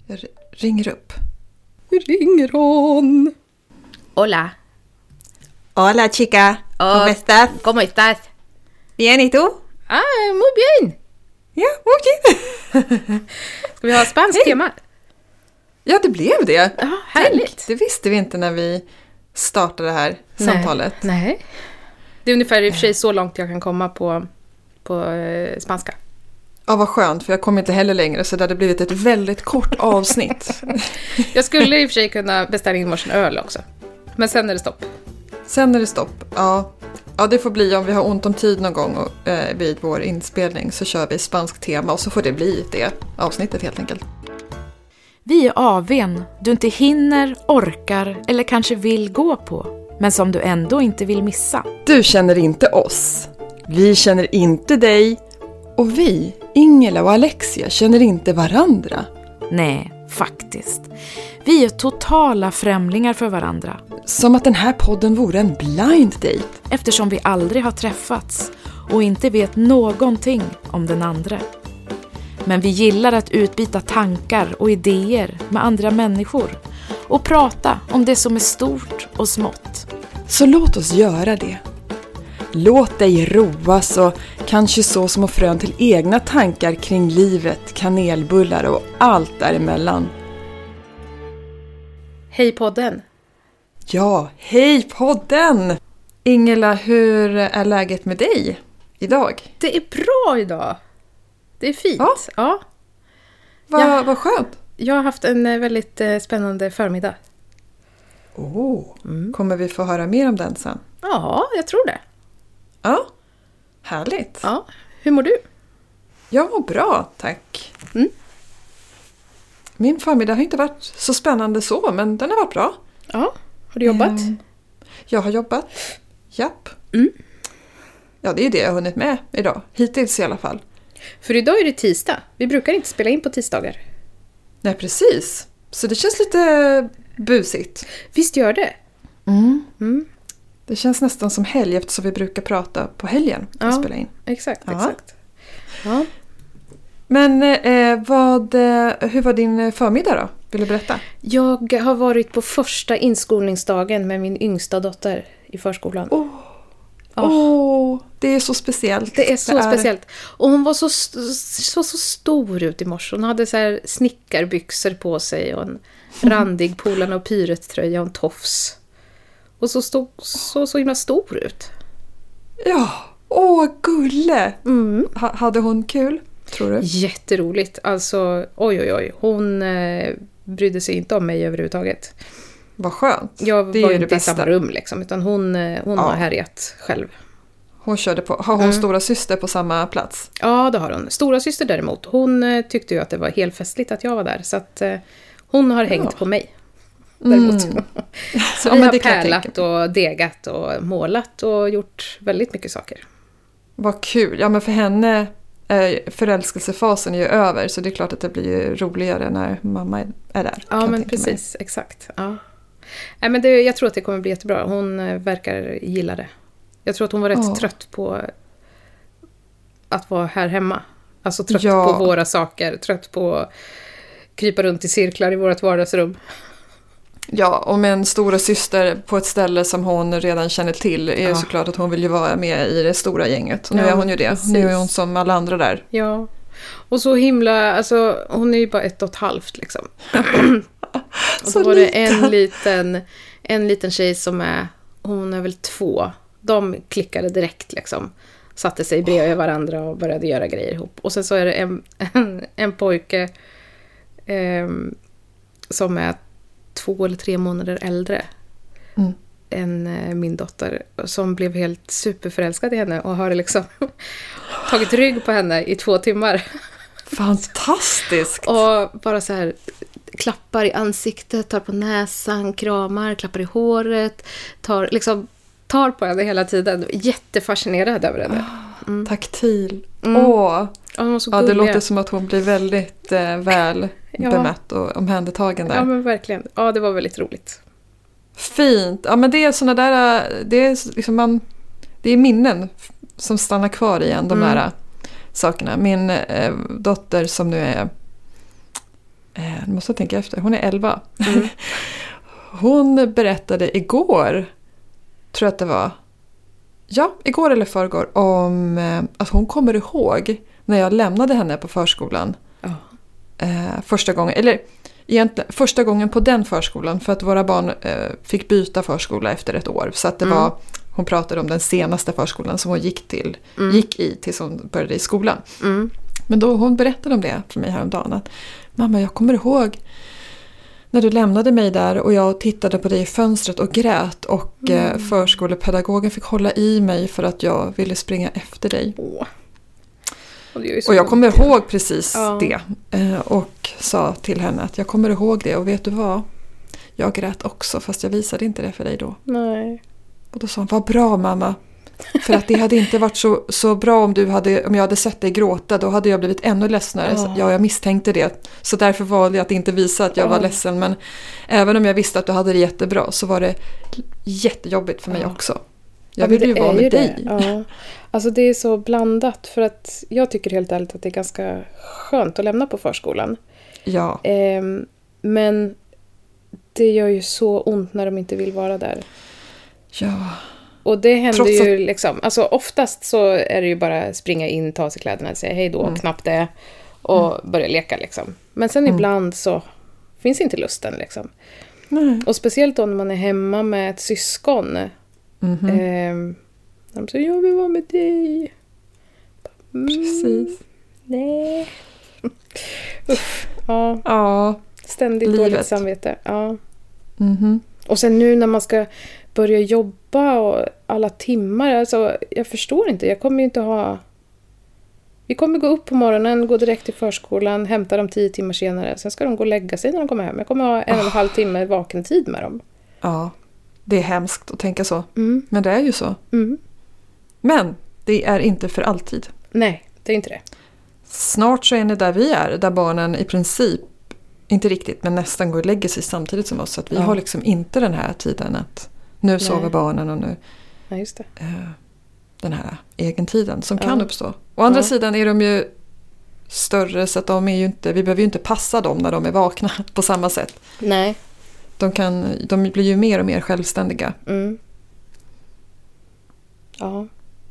ringer upp. Ringer hon? Hola. Hola, chica. ¿Cómo estás? ¿Cómo estás? Bien, ¿y tú? Muy bien. Ja, okej. Ska vi ha spanskt tema? Ja, det blev det. Ja, härligt. Det visste vi inte när vi startade det här samtalet. Nej. Det är ungefär i och för sig så långt jag kan komma på spanska. Ja, vad skönt, för jag kom inte heller längre, så det hade blivit ett väldigt kort avsnitt. Jag skulle i och för sig kunna beställa in varsin öl också. Men sen är det stopp. Sen är det stopp, ja. Ja, det får bli om vi har ont om tid någon gång vid vår inspelning, så kör vi spanskt tema och så får det bli det avsnittet helt enkelt. Vi är AW:n du inte hinner, orkar eller kanske vill gå på, men som du ändå inte vill missa. Du känner inte oss. Vi känner inte dig. Och vi, Ingela och Alexia, känner inte varandra. Nej, faktiskt. Vi är totala främlingar för varandra. Som att den här podden vore en blind date. Eftersom vi aldrig har träffats och inte vet någonting om den andra. Men vi gillar att utbyta tankar och idéer med andra människor. Och prata om det som är stort och smått. Så låt oss göra det. Låt dig roas och kanske så små frön till egna tankar kring livet, kanelbullar och allt däremellan. Hej podden! Ja, hej podden! Ingela, hur är läget med dig idag? Det är bra idag. Det är fint. Ja. Vad skönt. Jag har haft en väldigt spännande förmiddag. Kommer vi få höra mer om den sen? Ja, jag tror det. Ja, härligt. Ja, hur mår du? Jag mår bra, tack. Min förmiddag har inte varit så spännande så, men den har varit bra. Ja, har du jobbat? Jag har jobbat, japp. Ja, det är det jag har hunnit med idag, hittills i alla fall. För idag är det tisdag. Vi brukar inte spela in på tisdagar. Nej, precis. Så det känns lite busigt. Visst gör det? Det känns nästan som helg eftersom vi brukar prata på helgen och spela in. Exakt. Ja. Men hur var din förmiddag då? Vill du berätta? Jag har varit på första inskolningsdagen med min yngsta dotter i förskolan. Det är så speciellt. Det är så speciellt. Och hon var så stor ut i morse. Hon hade så här snickarbyxor på sig och en randig Polarna och Pyret-tröja och en tofs. Och så himla stor ut. Ja, gulle. Hade hon kul, tror du? Jätteroligt. Alltså, oj. Hon brydde sig inte om mig överhuvudtaget. Vad skönt. Jag var inte i samma rum liksom, utan hon har härjat själv. Hon körde på. Har hon stora syster på samma plats? Ja, det har hon. Stora syster däremot, hon tyckte ju att det var helt festligt att jag var där. Så att hon har hängt på mig. Däremot. Så vi har pärlat och degat och målat och gjort väldigt mycket saker. Vad kul. Ja, men för henne förälskelsefasen är ju över, så det är klart att det blir ju roligare när mamma är där. Ja, men precis. Exakt. Ja. Nej, men jag tror att det kommer bli jättebra. Hon verkar gilla det. Jag tror att hon var rätt trött på att vara här hemma. Alltså trött på våra saker. Trött på att krypa runt i cirklar i vårt vardagsrum. Ja, och med en stora syster på ett ställe som hon redan känner till är såklart att hon vill ju vara med i det stora gänget. Och nu är hon ju det. Precis. Nu är hon som alla andra där. Ja, och så himla, alltså hon är ju bara 1,5 liksom. Och så var liten. Det en liten tjej hon är väl 2. De klickade direkt liksom. Satte sig bredvid varandra och började göra grejer ihop. Och sen så är det en pojke som är 2 eller 3 månader äldre än min dotter, som blev helt superförälskad i henne och har liksom tagit rygg på henne i 2 timmar. Fantastiskt! Och bara så här klappar i ansiktet, tar på näsan, kramar, klappar i håret, tar på henne hela tiden. Jättefascinerad över henne. Taktil. Det låter som att hon blir väldigt väl bemött och omhändertagen där. Ja, men verkligen. Ja, det var väldigt roligt. Fint. Ja, men det är såna där, det är liksom det är minnen som stannar kvar i de där sakerna. Min dotter som nu är Nu måste jag tänka efter. Hon är 11. Hon berättade igår, tror jag att det var, igår eller förrgår, om att hon kommer ihåg när jag lämnade henne på förskolan. Första gången, eller egentligen första gången på den förskolan, för att våra barn fick byta förskola efter ett år. Så att det var, hon pratade om den senaste förskolan som hon gick i tills hon började i skolan. Men då hon berättade om det för mig häromdagen, att mamma, jag kommer ihåg när du lämnade mig där och jag tittade på dig i fönstret och grät och förskolepedagogen fick hålla i mig för att jag ville springa efter dig. Och jag kommer ihåg precis det och sa till henne att jag kommer ihåg det, och vet du vad? Jag grät också, fast jag visade inte det för dig då. Nej. Och då sa hon, vad bra mamma. För att det hade inte varit så bra om jag hade sett dig gråta, då hade jag blivit ännu ledsnare. Så, jag misstänkte det. Så därför valde jag att inte visa att jag var ledsen. Men även om jag visste att du hade det jättebra, så var det jättejobbigt för mig också. Jag ville ju vara med dig. Ja. Alltså det är så blandat, för att jag tycker helt ärligt att det är ganska skönt att lämna på förskolan. Ja. Men det gör ju så ont när de inte vill vara där. Ja. Och det händer ju liksom, alltså oftast så är det ju bara springa in, ta sig kläderna och säga hej då, knappt det, och börja leka liksom. Men sen ibland så finns inte lusten liksom. Nej. Och speciellt då när man är hemma med ett syskon. De säger, jag vill vara med dig. Precis. Nej. Ja. Ständigt dåligt samvete. Ja. Och sen nu när man ska börja jobba och alla timmar, alltså jag förstår inte. Jag kommer ju inte vi kommer gå upp på morgonen, gå direkt till förskolan, hämta dem 10 timmar senare. Sen ska de gå och lägga sig när de kommer hem. Jag kommer ha 1,5 timme vaken tid med dem. Ja, det är hemskt att tänka så. Men det är ju så. Men det är inte för alltid. Nej, det är inte det. Snart så är det där vi är, där barnen i princip, inte riktigt, men nästan går och lägger sig samtidigt som oss. Så att vi har liksom inte den här tiden att nu sover barnen och nu just det. Den här egentiden som kan uppstå. Å andra sidan är de ju större, så att de är ju inte, vi behöver ju inte passa dem när de är vakna på samma sätt. Nej. De blir ju mer och mer självständiga. Ja.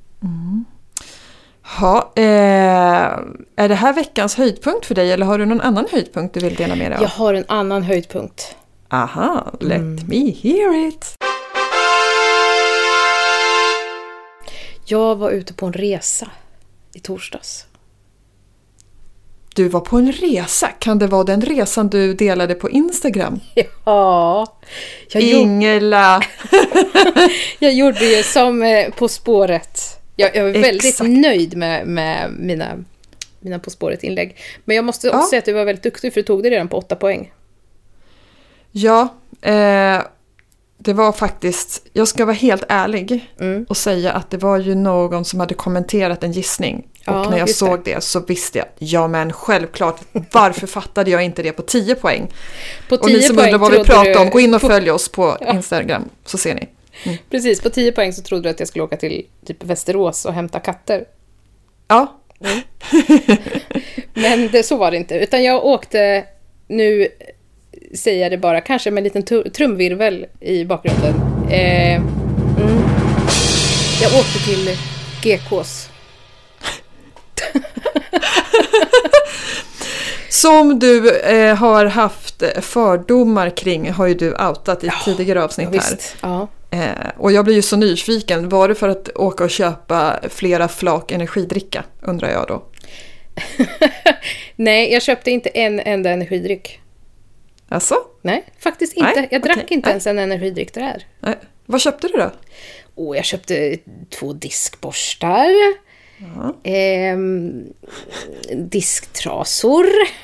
Är det här veckans höjdpunkt för dig, eller har du någon annan höjdpunkt du vill dela med dig av? Jag har en annan höjdpunkt. Aha, let me hear it. Jag var ute på en resa i torsdags. Du var på en resa? Kan det vara den resan du delade på Instagram? Ja. Ingela! Jag gjorde ju som På spåret. Jag är väldigt nöjd med mina På spåret-inlägg. Men jag måste också säga att du var väldigt duktig, för du tog det redan på 8 poäng. Ja, det var faktiskt, jag ska vara helt ärlig och säga att det var ju någon som hade kommenterat en gissning. Och när jag såg det så visste jag, men självklart, varför fattade jag inte det på 10 poäng? På 10 och ni som undrar vad vi pratar om, gå in och följ oss på Instagram, så ser ni. Precis, på 10 poäng så trodde du att jag skulle åka till typ Västerås och hämta katter. Ja. Men så var det inte. Utan jag åkte, nu säger jag det bara, kanske med en liten trumvirvel i bakgrunden. Jag åkte till GKs. Som du har haft fördomar kring, har ju du outat i tidigare avsnitt här. Ja. Och jag blir ju så nyfiken. Var det för att åka och köpa flera flak energidricka, undrar jag då? Nej, jag köpte inte en enda energidryck. Alltså? Nej, faktiskt inte. Nej, jag drack inte ens en energidryck där. Nej. Vad köpte du då? Jag köpte 2 diskborstar. Disktrasor.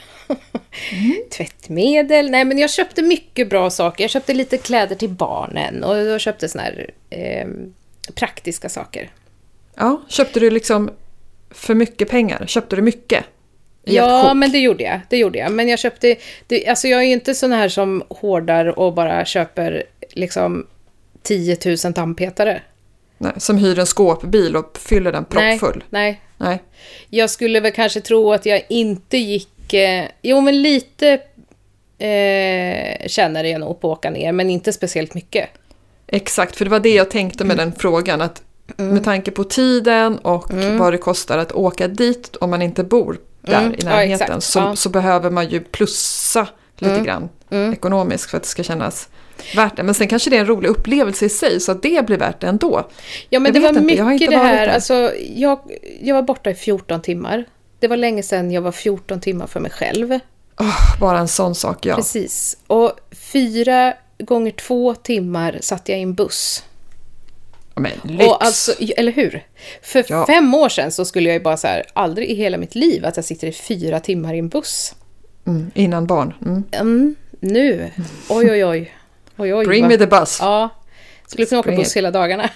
Tvättmedel. Nej, men jag köpte mycket bra saker. Jag köpte lite kläder till barnen. Och jag köpte såna här praktiska saker. Ja, köpte du liksom för mycket pengar? Köpte du mycket? Ja, men det gjorde jag. Men jag köpte, alltså jag är ju inte sån här som hårdar och bara köper liksom 10 000 tandpetare. Nej, som hyr en skåpbil och fyller den proppfull. Nej. Jag skulle väl kanske tro att jag inte gick, men lite känner jag nog på att åka ner, men inte speciellt mycket. Exakt, för det var det jag tänkte med den frågan, att med tanke på tiden och vad det kostar att åka dit om man inte bor där i närheten, så behöver man ju plussa lite grann ekonomiskt för att det ska kännas värt det. Men sen kanske det är en rolig upplevelse i sig, så att det blir värt det ändå. Ja, men det var mycket det här. Alltså, jag var borta i 14 timmar. Det var länge sedan jag var 14 timmar för mig själv. Bara en sån sak, ja. Precis. Och 4 gånger 2 timmar satt jag i en buss. Men lyx. Och alltså, eller hur? För 5 år sedan så skulle jag ju bara så här, aldrig i hela mitt liv att jag sitter i 4 timmar i en buss. Innan barn. Nu. Oj. Bring me the bus. Ja, skulle kunna åka buss hela dagarna.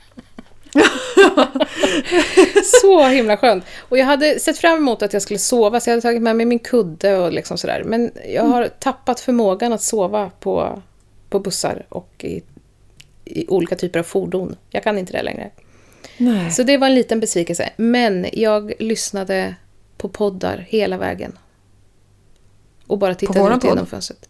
Så himla skönt. Och jag hade sett fram emot att jag skulle sova, så jag hade tagit med mig min kudde och liksom sådär. Men jag har tappat förmågan att sova på bussar och i olika typer av fordon. Jag kan inte det längre. Nej. Så det var en liten besvikelse. Men jag lyssnade på poddar hela vägen. Och bara tittade ut genom fönstret.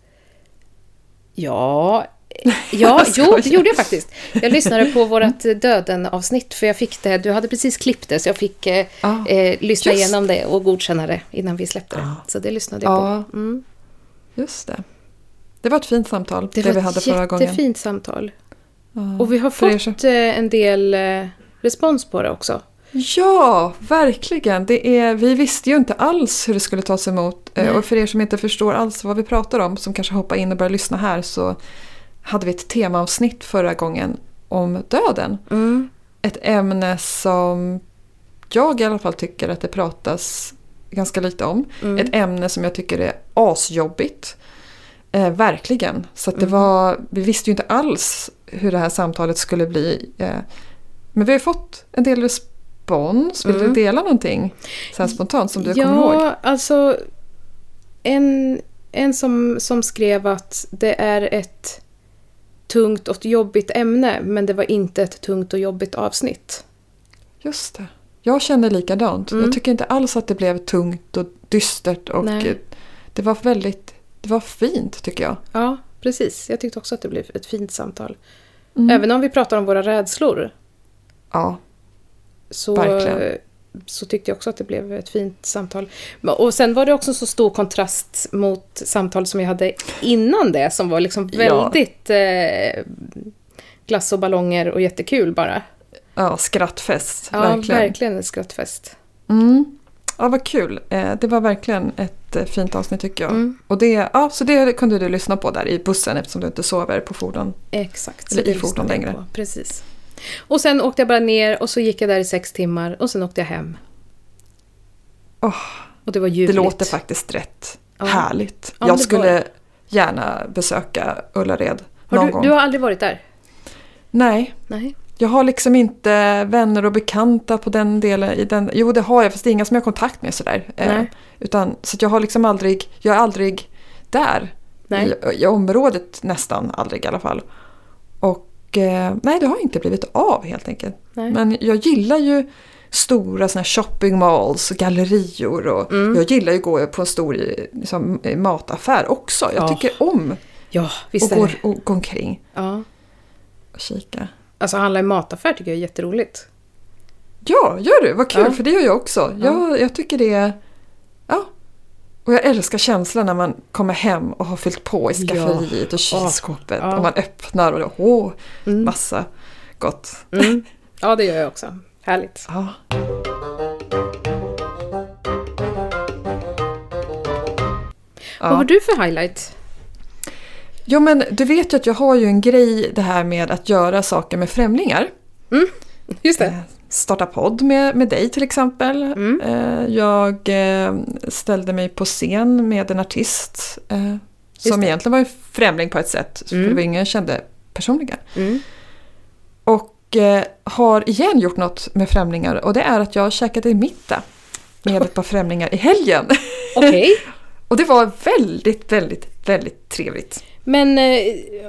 Ja, det gjorde jag faktiskt. Jag lyssnade på vårat Döden-avsnitt, för jag fick det, du hade precis klippt det, så jag fick lyssna igenom det och godkänna det innan vi släppte det. Så det lyssnade jag på. Just det. Det var ett fint samtal. Det vi hade förra gången. Det var ett jättefint samtal. Och vi har fått en del respons på det också. Ja, verkligen. Vi visste ju inte alls hur det skulle tas emot. Och för er som inte förstår alls vad vi pratar om, som kanske hoppar in och börjar lyssna här, så hade vi ett temaavsnitt förra gången om döden. Ett ämne som jag i alla fall tycker att det pratas ganska lite om. Ett ämne som jag tycker är asjobbigt. Verkligen. Så att vi visste ju inte alls hur det här samtalet skulle bli. Men vi har fått en del respons. Vill du dela någonting så här spontant som du kommer ihåg? Ja, alltså en som skrev att det är ett tungt och jobbigt ämne, men det var inte ett tungt och jobbigt avsnitt. Just det. Jag känner likadant. Jag tycker inte alls att det blev tungt och dystert, och det var fint, tycker jag. Ja, precis. Jag tyckte också att det blev ett fint samtal. Även om vi pratar om våra rädslor. Ja, så tyckte jag också att det blev ett fint samtal. Och sen var det också så stor kontrast mot samtal som jag hade innan det, som var liksom väldigt glass och ballonger och jättekul bara. Ja, skrattfest. Ja, verkligen en skrattfest. Ja, vad kul. Det var verkligen ett fint avsnitt, tycker jag. Och så det kunde du lyssna på där i bussen, eftersom du inte sover på fordon. Exakt. Eller i fordon längre. På. Precis. Och sen åkte jag bara ner och så gick jag där i 6 timmar och sen åkte jag hem. Och det var ljuvligt. Det låter faktiskt rätt härligt. Jag skulle gärna besöka Ullared någon gång. Du har aldrig varit där? Nej. Jag har liksom inte vänner och bekanta på den delen. Jo, det har jag, fast det är inga som jag har kontakt med sådär. Så att jag har liksom jag är aldrig där. I området nästan aldrig i alla fall. Och nej, det har inte blivit av helt enkelt. Men jag gillar ju stora såna här shopping malls och gallerior, och jag gillar ju att gå på en stor liksom, mataffär också. Jag tycker om att gå omkring och kika. Alltså handla i mataffär tycker jag är jätteroligt. Ja, gör du? Vad kul, för det gör jag också. Jag tycker det är... Ja. Och jag älskar känslan när man kommer hem och har fyllt på i skafferiet och kylskåpet. Och man öppnar och massa gott. Ja, det gör jag också. Härligt. Ja. Vad har du för highlight? Jo, men du vet ju att jag har ju en grej det här med att göra saker med främlingar. Just det. Starta podd med dig till exempel. Jag ställde mig på scen med en artist som egentligen var en främling på ett sätt. För det var ingen jag kände personligen. Och har igen gjort något med främlingar. Och det är att jag käkade middag med ett par främlingar i helgen. Okej. Och det var väldigt, väldigt, väldigt trevligt. Men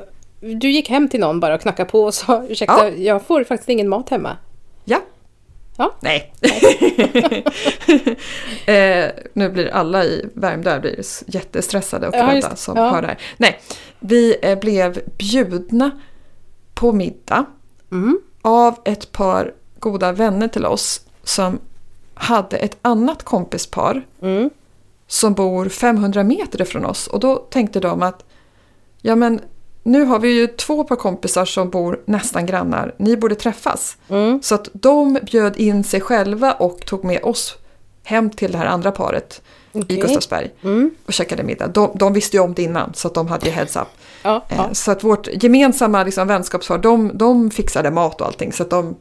du gick hem till någon bara och knackade på och sa, ursäkta, jag får faktiskt ingen mat hemma. Ja. Ja. Nej. Nu blir alla i Värmdö blir jättestressade och rädda som hör det här. Nej, vi blev bjudna på middag av ett par goda vänner till oss som hade ett annat kompispar som bor 500 meter ifrån oss. Och då tänkte de att ja, men nu har vi ju 2 par kompisar som bor nästan grannar. Ni borde träffas. Så att de bjöd in sig själva och tog med oss hem till det här andra paret i Gustavsberg och käkade middag. De visste ju om det innan, så att de hade ju heads up. Så att vårt gemensamma liksom, vänskapspar, de fixade mat och allting. Så att de...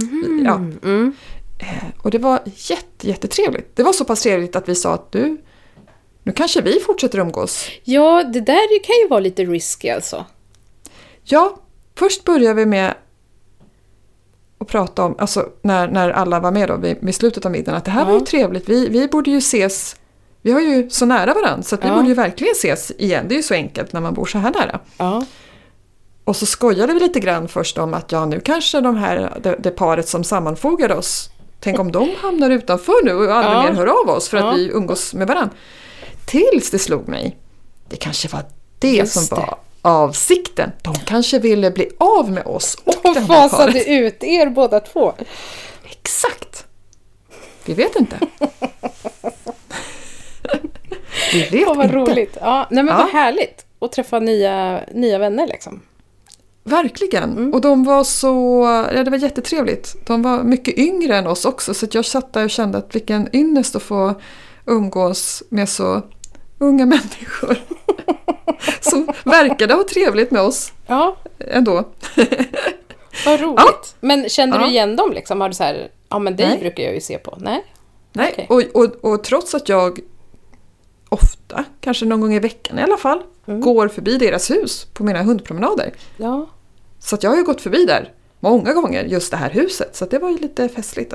Och det var jättetrevligt. Det var så pass trevligt att vi sa att nu kanske vi fortsätter umgås. Ja, det där kan ju vara lite risky alltså. Ja, först började vi med att prata om, alltså när alla var med då vid slutet av middagen, att det här var ju trevligt. Vi borde ju ses, vi har ju så nära varandra så att vi borde ju verkligen ses igen. Det är ju så enkelt när man bor så här nära. Ja. Och så skojade vi lite grann först om att nu kanske det paret som sammanfogade oss, tänk om de hamnar utanför nu och aldrig mer hör av oss för att vi umgås med varandra. Tills det slog mig, det kanske var det som var avsikten. De kanske ville bli av med oss och de fasade ut er båda två. Exakt. Vi vet inte. Vi vet vad inte. Roligt. Ja, nej men vad härligt att träffa nya vänner liksom. Verkligen. Och de var det var jättetrevligt. De var mycket yngre än oss också, så att jag satt där och kände att vilken ynnest att få umgås med så unga människor som verkade ha trevligt med oss ändå. Vad roligt. Ja. Men kände du igen dem liksom? Har du så här, men dig brukar jag ju se på. Nej. Okay. Och trots att jag ofta, kanske någon gång i veckan i alla fall, går förbi deras hus på mina hundpromenader. Ja. Så att jag har ju gått förbi där många gånger, just det här huset. Så att det var ju lite festligt.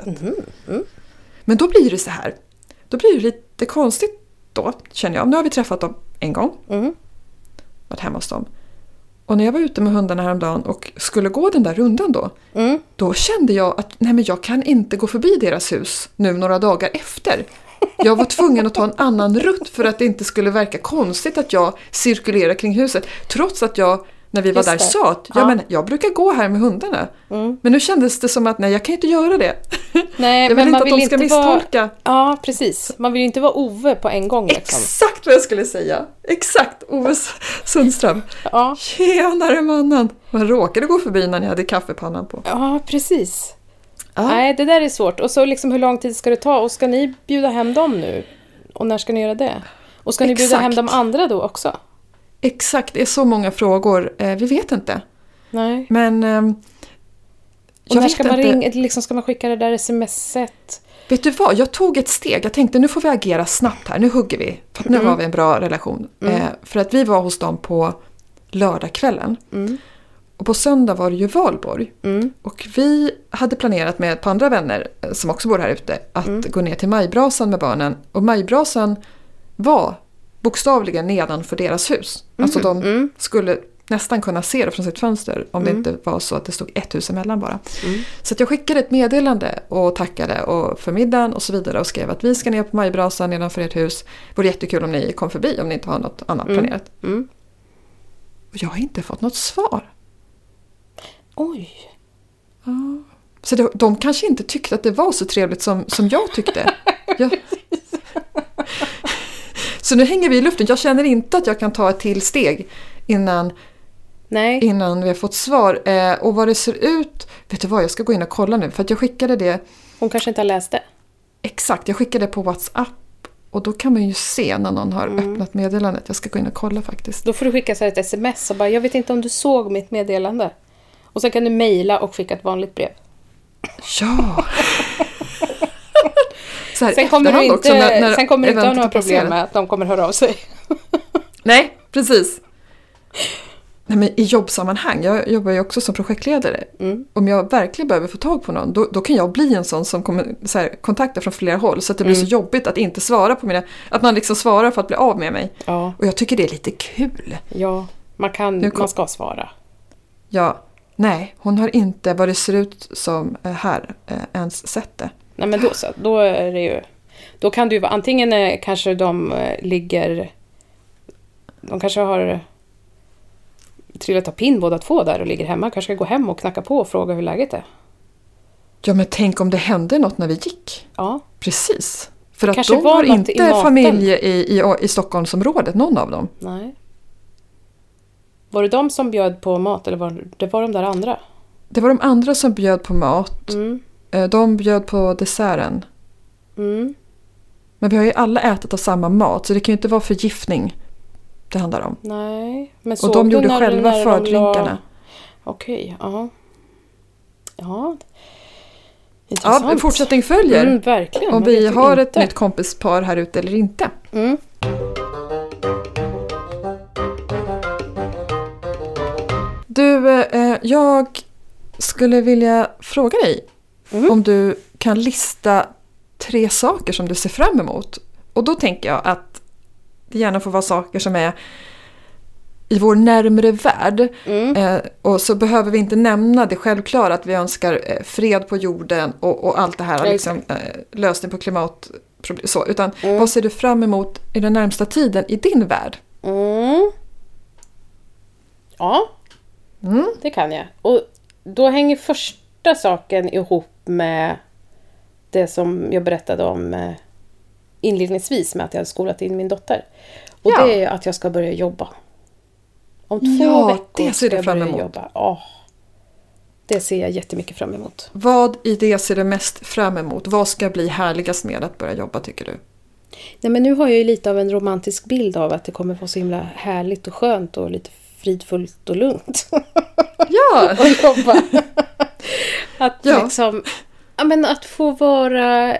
Men då blir det så här. Då blir det lite konstigt då, känner jag. Nu har vi träffat dem en gång. Varit hemma hos dem. Och när jag var ute med hundarna häromdagen och skulle gå den där rundan då kände jag att men jag kan inte gå förbi deras hus nu några dagar efter. Jag var tvungen att ta en annan rutt för att det inte skulle verka konstigt att jag cirkulerar kring huset. Trots att jag, när vi var där, sa att men jag brukar gå här med hundarna. Men nu kändes det som att jag kan inte göra det. Nej, jag vill inte att de ska misstolka. Ja, precis. Man vill ju inte vara Ove på en gång. Liksom. Exakt vad jag skulle säga. Exakt, Ove Sundström. Ja. Tjenare mannen. Man råkade gå förbi när ni hade kaffepannan på. Ja, precis. Nej, det där är svårt. Och så liksom, hur lång tid ska det ta? Och ska ni bjuda hem dem nu? Och när ska ni göra det? Och ska ni bjuda hem de andra då också? Exakt, det är så många frågor. Vi vet inte. Nej. Men och när ska man ringa? Liksom, ska man skicka det där smset? Vet du vad? Jag tog ett steg. Jag tänkte, nu får vi agera snabbt här. Nu hugger vi. För att nu har vi en bra relation. För att vi var hos dem på lördagskvällen. Och på söndag var det ju valborg. Och vi hade planerat med ett par andra vänner som också bor här ute att gå ner till majbrasan med barnen. Och majbrasan var bokstavligen nedanför deras hus. Alltså de skulle nästan kunna se det från sitt fönster om det inte var så att det stod ett hus emellan bara. Så att jag skickade ett meddelande och tackade för middagen och så vidare och skrev att vi ska ner på majbrasan nedanför ert hus. Det vore jättekul om ni kom förbi om ni inte har något annat planerat. Och jag har inte fått något svar. Oj. Ja. Så de kanske inte tyckte att det var så trevligt som jag tyckte. Så nu hänger vi i luften. Jag känner inte att jag kan ta ett till steg innan vi har fått svar. Och vad det ser ut... Vet du vad, jag ska gå in och kolla nu. För att jag skickade det... Hon kanske inte har läst det. Exakt, jag skickade det på WhatsApp. Och då kan man ju se när någon har öppnat meddelandet. Jag ska gå in och kolla faktiskt. Då får du skicka så här ett sms och bara, jag vet inte om du såg mitt meddelande. Och sen kan du mejla och skicka ett vanligt brev. Ja! Sen kommer du inte ha några problem med att de kommer höra av sig. Nej, precis. Nej, men i jobbsammanhang, jag jobbar ju också som projektledare. Om jag verkligen behöver få tag på någon, då kan jag bli en sån som kommer så här, kontakta från flera håll. Så att det blir så jobbigt att inte svara på att man liksom svarar för att bli av med mig. Ja. Och jag tycker det är lite kul. Ja, man ska svara. Ja, Nej, hon har inte vad det ser ut som här ens sett det. Nej, men då så. Då är det ju... Då kan det ju vara... Antingen kanske de ligger... De kanske har trillat av pinn båda två där och ligger hemma. Kanske ska gå hem och knacka på och fråga hur läget är. Ja, men tänk om det hände något när vi gick. Ja. Precis. För att kanske de har inte i familj i Stockholmsområdet, någon av dem. Nej. Var det de som bjöd på mat eller var de där andra? Det var de andra som bjöd på mat. De bjöd på desserten. Men vi har ju alla ätit av samma mat, så det kan ju inte vara förgiftning det handlar om. Nej. Men och de gjorde själva fördrinkarna. Okej, ja. Ja. Intressant. Ja, fortsättning följer. Verkligen. Om vi har ett nytt kompispar här ute eller inte. Du, jag skulle vilja fråga dig om du kan lista 3 saker som du ser fram emot. Och då tänker jag att det gärna får vara saker som är i vår närmare värld. Och så behöver vi inte nämna det självklara att vi önskar fred på jorden och allt det här, liksom, lösning på klimatproblem. Utan vad ser du fram emot i den närmsta tiden i din värld? Ja, det kan jag. Och då hänger första saken ihop med det som jag berättade om inledningsvis med att jag har skolat in min dotter. Och det är att jag ska börja jobba. Om 2 veckor det ser ska du fram emot. jag börja jobba. Det ser jag jättemycket fram emot. Vad i det ser du mest fram emot? Vad ska bli härligast med att börja jobba, tycker du? Nej, men nu har jag ju lite av en romantisk bild av att det kommer vara så himla härligt och skönt och lite fridfullt och lugnt. Ja! att jobba. Att liksom... Ja, men att få vara...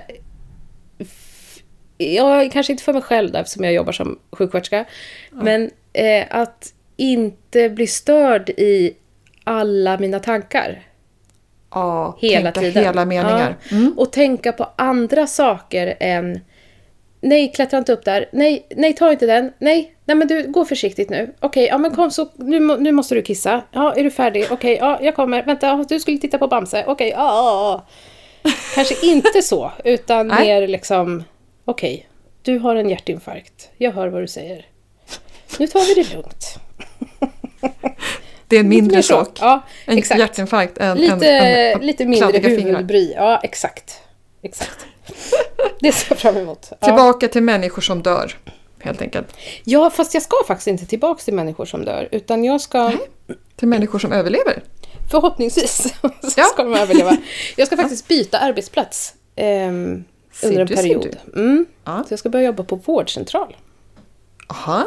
Jag kanske inte för mig själv där, eftersom jag jobbar som sjuksköterska. Men att inte bli störd i alla mina tankar. Ja, hela tiden. Hela meningar. Och tänka på andra saker än nej, klättra inte upp där. Nej, ta inte den. Nej, men du, gå försiktigt nu. Okej, ja men kom så, nu måste du kissa. Ja, är du färdig? Okej, ja, jag kommer. Vänta, du skulle titta på Bamse. Okej, ja. Kanske inte så, utan mer liksom, okej, du har en hjärtinfarkt. Jag hör vad du säger. Nu tar vi det lugnt. Det är en mindre sak. Ja, en exakt. Hjärtinfarkt. Lite mindre huvudbry. Ja, exakt. Det ser jag fram emot. Tillbaka till människor som dör, helt enkelt. Ja, fast jag ska faktiskt inte tillbaka till människor som dör. Utan jag ska... Till människor som överlever. Förhoppningsvis så ska de överleva. Jag ska faktiskt byta arbetsplats under en period. Så jag ska börja jobba på vårdcentral. Aha.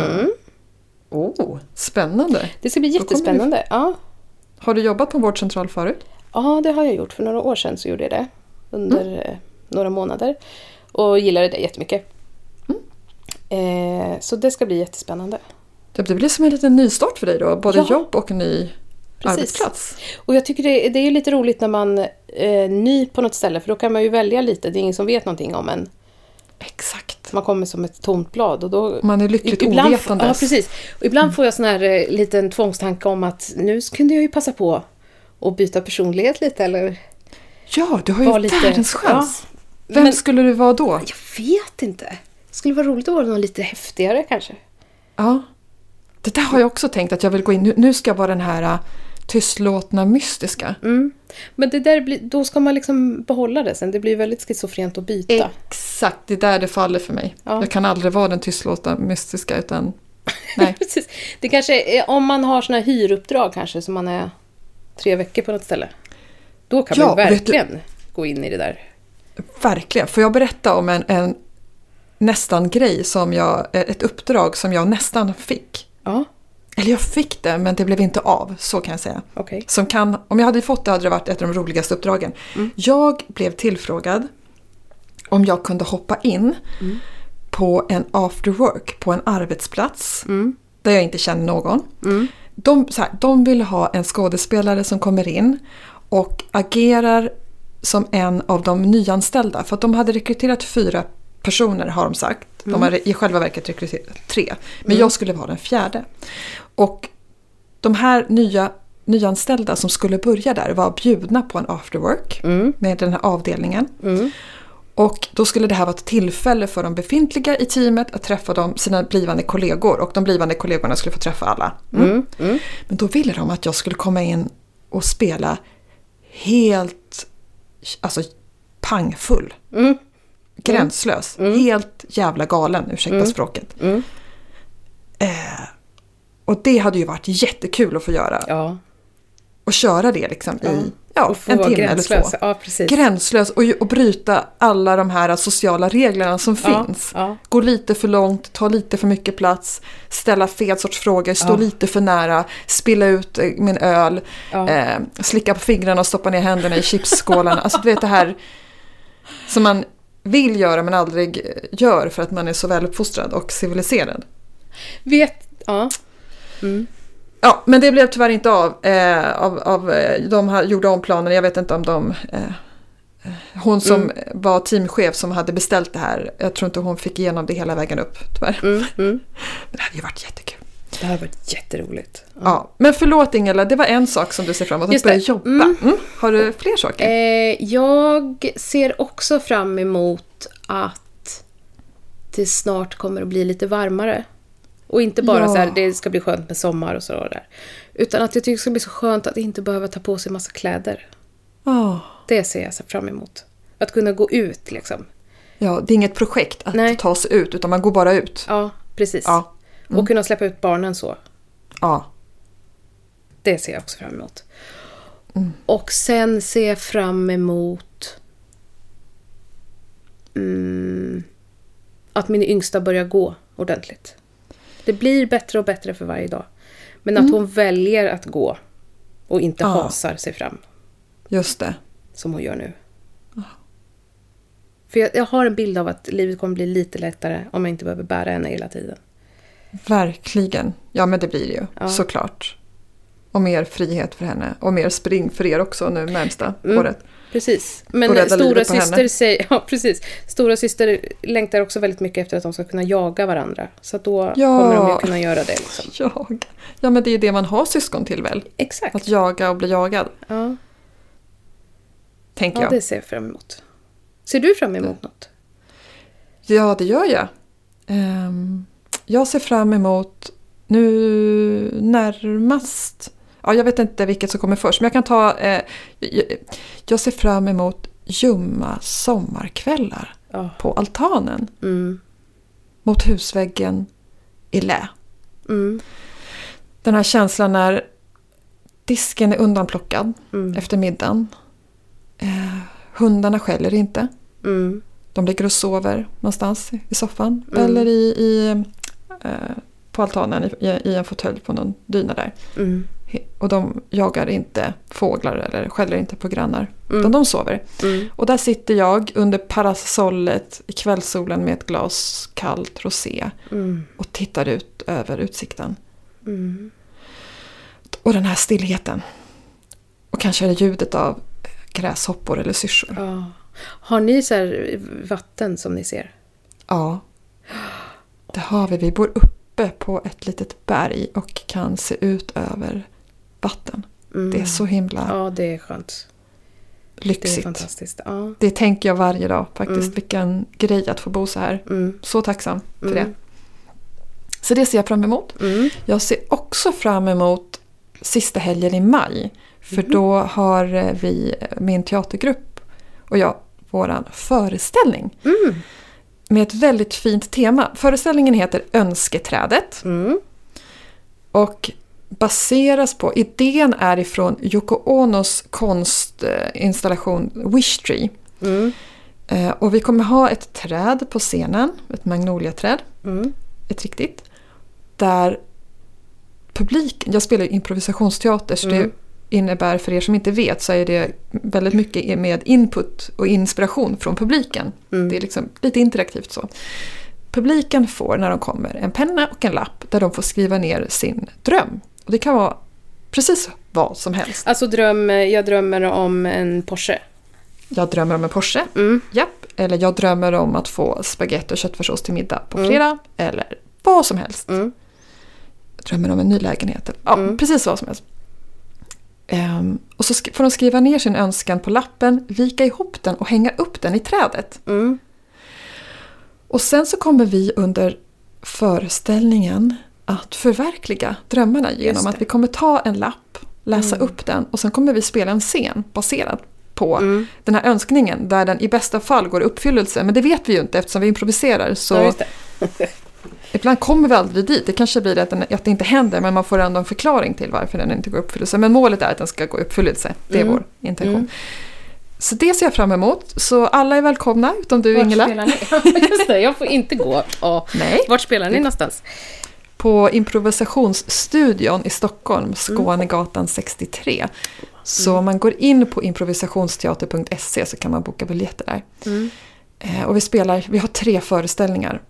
Spännande. Det ska bli jättespännande. Ja. Har du jobbat på vårdcentral förut? Ja, det har jag gjort. För några år sedan så gjorde jag det. Under några månader. Och gillade det jättemycket. Så det ska bli jättespännande. Det blir som en liten nystart för dig då. Både jobb och ny arbetsplats. Och jag tycker det är lite roligt när man är ny på något ställe. För då kan man ju välja lite. Det är ingen som vet någonting om en. Exakt. Man kommer som ett tomt blad. Och då, man är lyckligt ovetandes. Ja, precis. Och ibland får jag sån här liten tvångstanke om att nu kunde jag ju passa på att byta personlighet lite. Eller ja, du har ju världens chans. Ja, vem skulle du vara då? Jag vet inte. Det skulle vara roligt att vara någon lite häftigare kanske. Ja. Det där har jag också tänkt att jag vill gå in. Nu ska jag vara den här tystlåtna mystiska. Men det där då ska man liksom behålla det sen. Det blir väldigt schizofrent att byta. Exakt, det är där det faller för mig. Ja. Jag kan aldrig vara den tystlåtna mystiska utan... Nej. Precis. Det kanske är, om man har såna här hyruppdrag kanske som man är 3 veckor på något ställe. Då kan man verkligen gå in i det där. Verkligen. Får jag berätta om en nästan grej ett uppdrag som jag nästan fick? Ja. Eller jag fick det, men det blev inte av, så kan jag säga. Okay. Om jag hade fått det hade det varit ett av de roligaste uppdragen. Jag blev tillfrågad om jag kunde hoppa in på en after work, på en arbetsplats där jag inte känner någon. De vill ha en skådespelare som kommer in och agerar som en av de nyanställda. För att de hade rekryterat 4 personer har de sagt. De har i själva verket rekryterat 3. Men jag skulle vara den 4:e. Och de här nya nyanställda som skulle börja där var bjudna på en afterwork med den här avdelningen. Och då skulle det här vara ett tillfälle för de befintliga i teamet att träffa sina blivande kollegor. Och de blivande kollegorna skulle få träffa alla. Men då ville de att jag skulle komma in och spela helt pangfull. Gränslös. Helt jävla galen, ursäkta språket. Och det hade ju varit jättekul att få göra. Ja. Och köra det liksom i en timme eller 2. Ja, precis. Gränslös och bryta alla de här sociala reglerna som finns. Ja. Gå lite för långt, ta lite för mycket plats, ställa fel sorts frågor, stå lite för nära, spilla ut min öl, slicka på fingrarna och stoppa ner händerna i chipsskålarna. Alltså du vet det här som man vill göra men aldrig gör för att man är så väluppfostrad och civiliserad. Ja, men det blev tyvärr inte av de gjorde om planen. Jag vet inte om hon som var teamchef som hade beställt det här. Jag tror inte hon fick igenom det hela vägen upp, tyvärr. Men det hade ju varit jättekul. Det hade varit jätteroligt. Ja, men förlåt Ingela, det var en sak som du ser fram emot att börja jobba. Har du fler saker? Jag ser också fram emot att det snart kommer att bli lite varmare. Och inte bara så här, det ska bli skönt med sommar och så där. Utan att jag tycker det ska bli så skönt att inte behöva ta på sig massa kläder. Det ser jag fram emot. Att kunna gå ut liksom. Ja, det är inget projekt att ta sig ut, utan man går bara ut. Ja, precis. Ja. Och kunna släppa ut barnen så. Ja. Det ser jag också fram emot. Och sen ser jag fram emot att min yngsta börjar gå ordentligt. Det blir bättre och bättre för varje dag. Men att hon väljer att gå och inte hasar sig fram. Just det. Som hon gör nu. För jag har en bild av att livet kommer bli lite lättare om jag inte behöver bära henne hela tiden. Verkligen. Ja, men det blir det ju. Såklart. Och mer frihet för henne. Och mer spring för er också nu närmsta året. Precis. Men stora syster säger, stora syster längtar också väldigt mycket efter att de ska kunna jaga varandra. Så att då kommer de ju kunna göra det. Liksom. Ja, men det är det man har syskon till väl? Exakt. Att jaga och bli jagad. Ja. Tänker jag. Ja, det ser jag fram emot. Ser du fram emot något? Ja, det gör jag. Jag ser fram emot nu närmast... Ja, jag vet inte vilket som kommer först. Men jag kan ta... jag ser fram emot ljumma sommarkvällar på altanen. Mot husväggen i lä. Den här känslan när disken är undanplockad efter middagen. Hundarna skäller inte. De ligger och sover någonstans i soffan. Eller på altanen i en fåtölj på någon dyna där. Och de jagar inte fåglar eller skäller inte på grannar. Utan de sover. Och där sitter jag under parasollet i kvällssolen med ett glas kallt rosé. Och tittar ut över utsikten. Och den här stillheten. Och kanske är det ljudet av gräshoppor eller syrsor. Ja. Har ni så här vatten som ni ser? Ja. Det har vi. Vi bor uppe på ett litet berg och kan se ut över vatten. Det är så himla... Ja, det är skönt. Lyxigt. Det är fantastiskt. Ja. Det tänker jag varje dag faktiskt. Vilken grej att få bo så här. Så tacksam för det. Så det ser jag fram emot. Jag ser också fram emot sista helgen i maj. För då har vi, min teatergrupp och jag, våran föreställning. Med ett väldigt fint tema. Föreställningen heter Önsketrädet. Och baseras på, idén är ifrån Yoko Onos konstinstallation Wish Tree. Och vi kommer ha ett träd på scenen, ett magnoliaträd. Ett riktigt. Där publiken, jag spelar improvisationsteater så det innebär, för er som inte vet, så är det väldigt mycket med input och inspiration från publiken. Det är liksom lite interaktivt så. Publiken får när de kommer en penna och en lapp där de får skriva ner sin dröm. Och det kan vara precis vad som helst. Alltså jag drömmer om en Porsche. Jag drömmer om en Porsche. Japp. Eller jag drömmer om att få spaghetti och köttfärssås till middag på fredag. Eller vad som helst. Jag drömmer om en ny lägenhet. Ja, precis vad som helst. Och så får de skriva ner sin önskan på lappen, vika ihop den och hänga upp den i trädet. Och sen så kommer vi under föreställningen att förverkliga drömmarna genom att vi kommer ta en lapp, läsa upp den och sen kommer vi spela en scen baserad på den här önskningen där den i bästa fall går i uppfyllelse. Men det vet vi ju inte eftersom vi improviserar. Så ibland kommer vi aldrig dit. Det kanske blir att det inte händer, men man får ändå en förklaring till varför den inte går i uppfyllelse. Men målet är att den ska gå i uppfyllelse. Det är vår intention. Så det ser jag fram emot. Så alla är välkomna, utom du, Ingela. Vart spelar ni? Just det, jag får inte gå. Nej. Vart spelar ni någonstans? På improvisationsstudion i Stockholm, Skånegatan 63. Så om man går in på improvisationsteater.se så kan man boka biljetter där. Och vi har 3 föreställningar.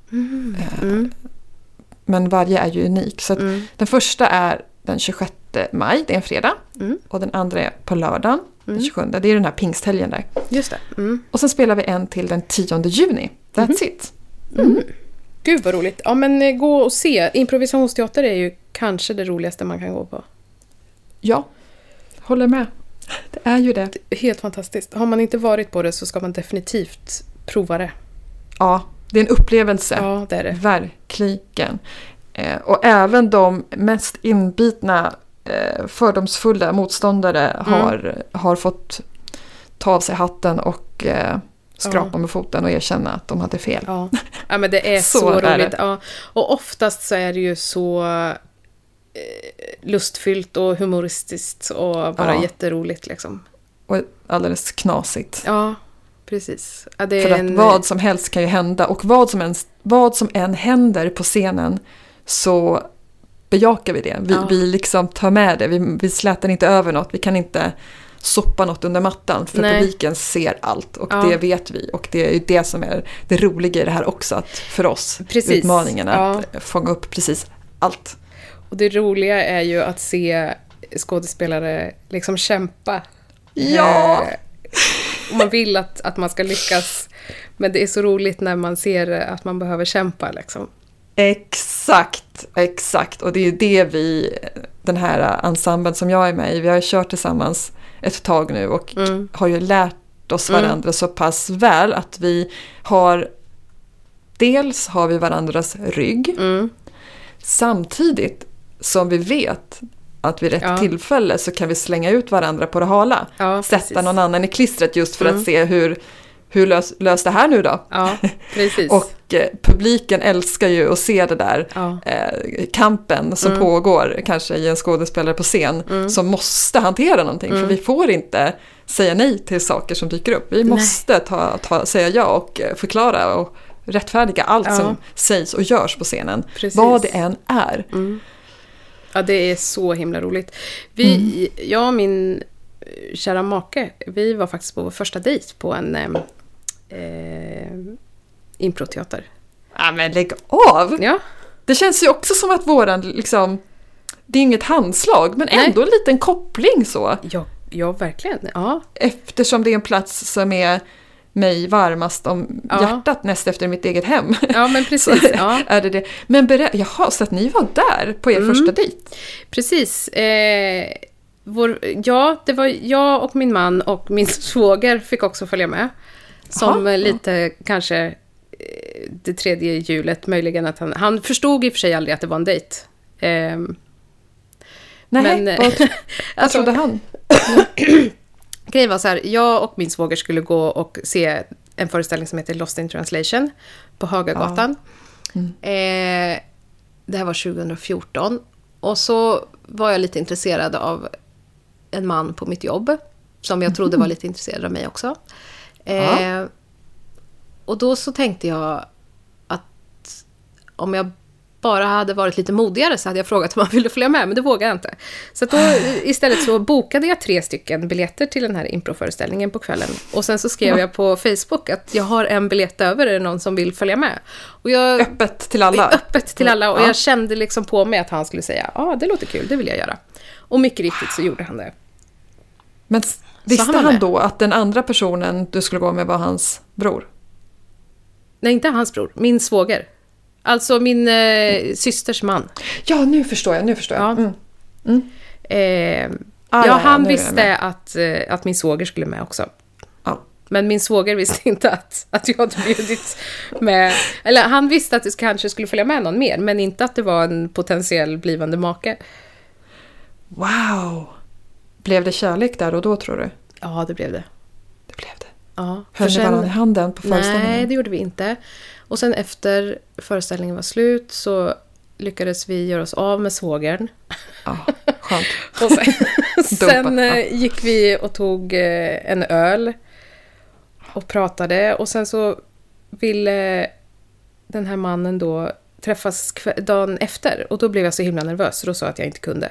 Men varje är ju unik. Så att den första är den 26 maj, det är en fredag. Och den andra är på lördagen, den 27. Det är den här pingsthelgen där. Just det. Och sen spelar vi en till den 10 juni. That's it. Gud vad roligt. Ja, men gå och se. Improvisationsteater är ju kanske det roligaste man kan gå på. Ja, håller med. Det är ju det. Helt fantastiskt. Har man inte varit på det så ska man definitivt prova det. Ja, det är en upplevelse. Ja, det är det. Verkligen. Och även de mest inbitna fördomsfulla motståndare har fått ta av sig hatten och skrapa med foten och erkänna att de hade fel. Ja, men det är så roligt. Ja. Och oftast så är det ju så lustfyllt och humoristiskt och bara jätteroligt liksom. Och alldeles knasigt. Ja, precis. Ja, det är för att vad som helst kan ju hända och vad som än händer på scenen så bejakar vi det. Vi liksom tar med det. Vi slätar inte över något. Vi kan inte soppa något under mattan för publiken ser allt och det vet vi. Och det är ju det som är det roliga i det här också, att för oss utmaningen att fånga upp precis allt. Och det roliga är ju att se skådespelare liksom kämpa. Ja! Och man vill att man ska lyckas, men det är så roligt när man ser att man behöver kämpa liksom. Exakt. Och det är ju det den här ensemblen som jag är med i, vi har ju kört tillsammans ett tag nu och har ju lärt oss varandra så pass väl att vi har vi varandras rygg samtidigt som vi vet att vid rätt tillfälle så kan vi slänga ut varandra på det hala. Ja, sätta någon annan i klistret just för att se hur lös det här nu då? Ja, precis. Och publiken älskar ju att se det där kampen som pågår kanske i en skådespelare på scen som måste hantera någonting. För vi får inte säga nej till saker som dyker upp. Vi måste säga ja och förklara och rättfärdiga allt som sägs och görs på scenen. Precis. Vad det än är. Ja, det är så himla roligt. Jag och min kära make, vi var faktiskt på vår första dejt på en improteater. Ja, men lägg av! Ja. Det känns ju också som att våran liksom, det är inget handslag, men ändå en liten koppling så. Ja, verkligen. Ja. Eftersom det är en plats som är mig varmast om hjärtat näst efter mitt eget hem. Ja, men precis. Är det. Men så att ni var där på er första dejt? Precis. Det var jag och min man och min svåger fick också följa med. Som lite kanske det tredje hjulet, möjligen att han förstod i och för sig aldrig att det var en dejt. Nej, vad trodde han? Grejen var så här, jag och min svåger skulle gå och se en föreställning som heter Lost in Translation på Hagagatan. Det här var 2014. Och så var jag lite intresserad av en man på mitt jobb som jag trodde var lite intresserad av mig också. Och då så tänkte jag att om jag bara hade varit lite modigare så hade jag frågat om man ville följa med, men det vågade jag inte. Så då istället så bokade jag 3 biljetter till den här improföreställningen på kvällen. Och sen så skrev jag på Facebook att jag har en biljett över, är det någon som vill följa med? Och öppet till alla? Öppet till alla, och jag kände liksom på mig att han skulle säga, det låter kul, det vill jag göra. Och mycket riktigt så gjorde han det. Men visste han då att den andra personen du skulle gå med var hans bror? Nej, inte hans bror, min svåger. Alltså min systers man. Ja, nu förstår jag. Ja. Han visste att min svåger skulle med också. Ja. Men min svåger visste inte att jag hade bjudit med. Eller han visste att det kanske skulle följa med någon mer. Men inte att det var en potentiell blivande make. Wow! Blev det kärlek där och då, tror du? Ja, det blev det. Det blev det. Ja. Höll ni varandra i handen på föreställningen? Nej, det gjorde vi inte. Och sen efter föreställningen var slut så lyckades vi göra oss av med svågern. Ja, skönt. Och sen gick vi och tog en öl och pratade. Och sen så ville den här mannen då träffas dagen efter. Och då blev jag så himla nervös så då sa jag att jag inte kunde.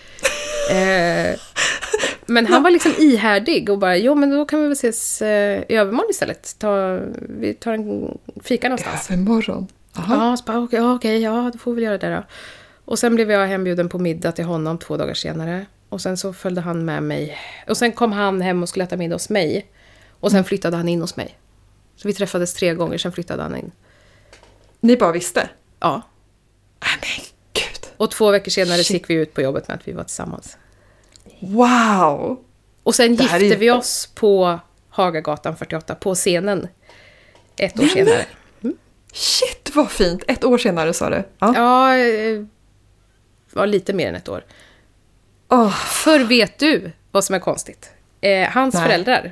Men han var liksom ihärdig och bara, men då kan vi väl ses i övermorgon istället. Vi tar en fika någonstans. Övermorgon? Ja, okej, då får vi göra det då. Och sen blev jag hembjuden på middag till honom 2 dagar senare. Och sen så följde han med mig. Och sen kom han hem och skulle äta middag hos mig. Och sen flyttade han in hos mig. Så vi träffades 3 gånger, sen flyttade han in. Ni bara visste? Ja. Men gud. Och 2 veckor senare gick vi ut på jobbet med att vi var tillsammans. Wow! Och sen gifte vi oss på Hagagatan 48 på scenen 1 år senare. Shit, vad fint! 1 år senare, sa du? Ja, var lite mer än 1 år. För vet du vad som är konstigt? Hans föräldrar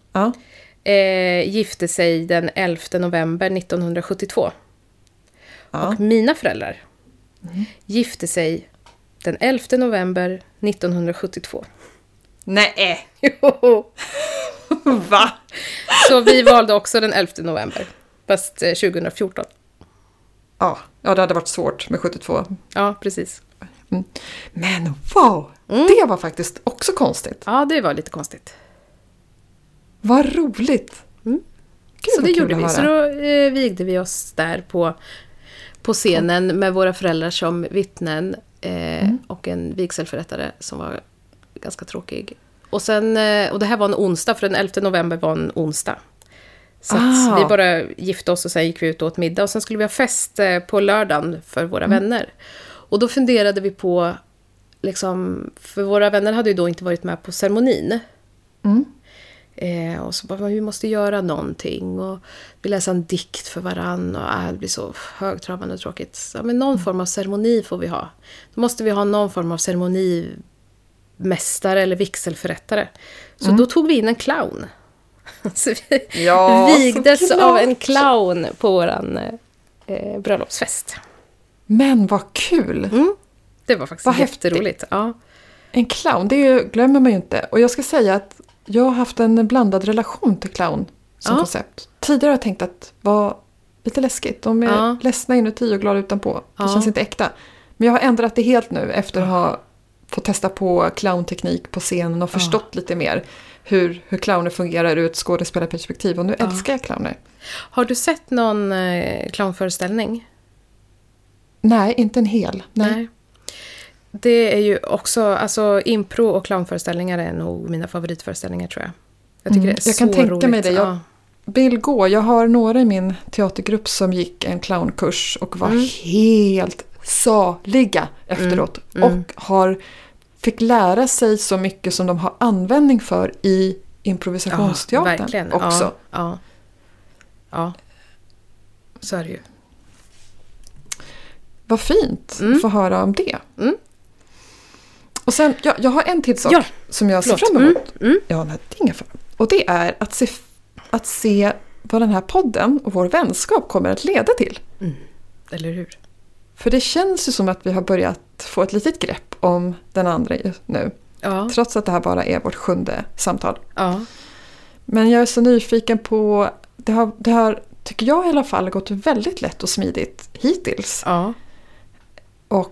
gifte sig den 11 november 1972. Och mina föräldrar gifte sig den 11 november 1972. Nej! Jo! Va? Så vi valde också den 11 november. Fast 2014. Ja, det hade varit svårt med 72. Ja, precis. Men wow! Det var faktiskt också konstigt. Ja, det var lite konstigt. Vad roligt! Gud, så det gjorde vi. Så då vigde vi oss där på scenen med våra föräldrar som vittnen och en vigselförrättare som var ganska tråkig. Och det här var en onsdag, för den 11 november var en onsdag. Så att vi bara gifte oss och sen gick vi ut och åt middag. Och sen skulle vi ha fest på lördagen för våra vänner. Och då funderade vi på, liksom, för våra vänner hade ju då inte varit med på ceremonin. Och så bara, vi måste göra någonting. Och vi läser en dikt för varann. Och det blir så högtravande och tråkigt. Så, men någon form av ceremoni får vi ha. Då måste vi ha någon form av ceremonimästare eller vigselförrättare. Så då tog vi in en clown. Så vi vigdes av en clown på våran bröllopsfest. Men vad kul! Det var faktiskt jätteroligt. Ja. En clown, det glömmer man ju inte. Och jag ska säga att jag har haft en blandad relation till clown som koncept. Tidigare har jag tänkt att det var lite läskigt. De är ledsna inuti och glada utanpå. Det känns inte äkta. Men jag har ändrat det helt nu efter att ha fått testa på clownteknik på scenen och förstått lite mer hur clowner fungerar ur ett skådespelarperspektiv. Och nu älskar jag clowner. Har du sett någon clownföreställning? Nej, inte en hel. Nej. Det är ju också, alltså impro och clownföreställningar är nog mina favoritföreställningar, tror jag. Jag tycker det är jag så kan tänka roligt. mig det. Jag vill gå. Jag har några i min teatergrupp som gick en clownkurs och var helt saliga efteråt. Och fick lära sig så mycket som de har användning för i improvisationsteatern också. Ja, så är det ju. Vad fint att få höra om det. Och sen, jag har en till sak som jag ser fram emot. Ja, nej, det är inga fara. Och det är att se vad den här podden och vår vänskap kommer att leda till. Eller hur? För det känns ju som att vi har börjat få ett litet grepp om den andra nu. Ja. Trots att det här bara är vårt 7:e samtal. Ja. Men jag är så nyfiken på... Det har, tycker jag i alla fall, gått väldigt lätt och smidigt hittills. Ja. Och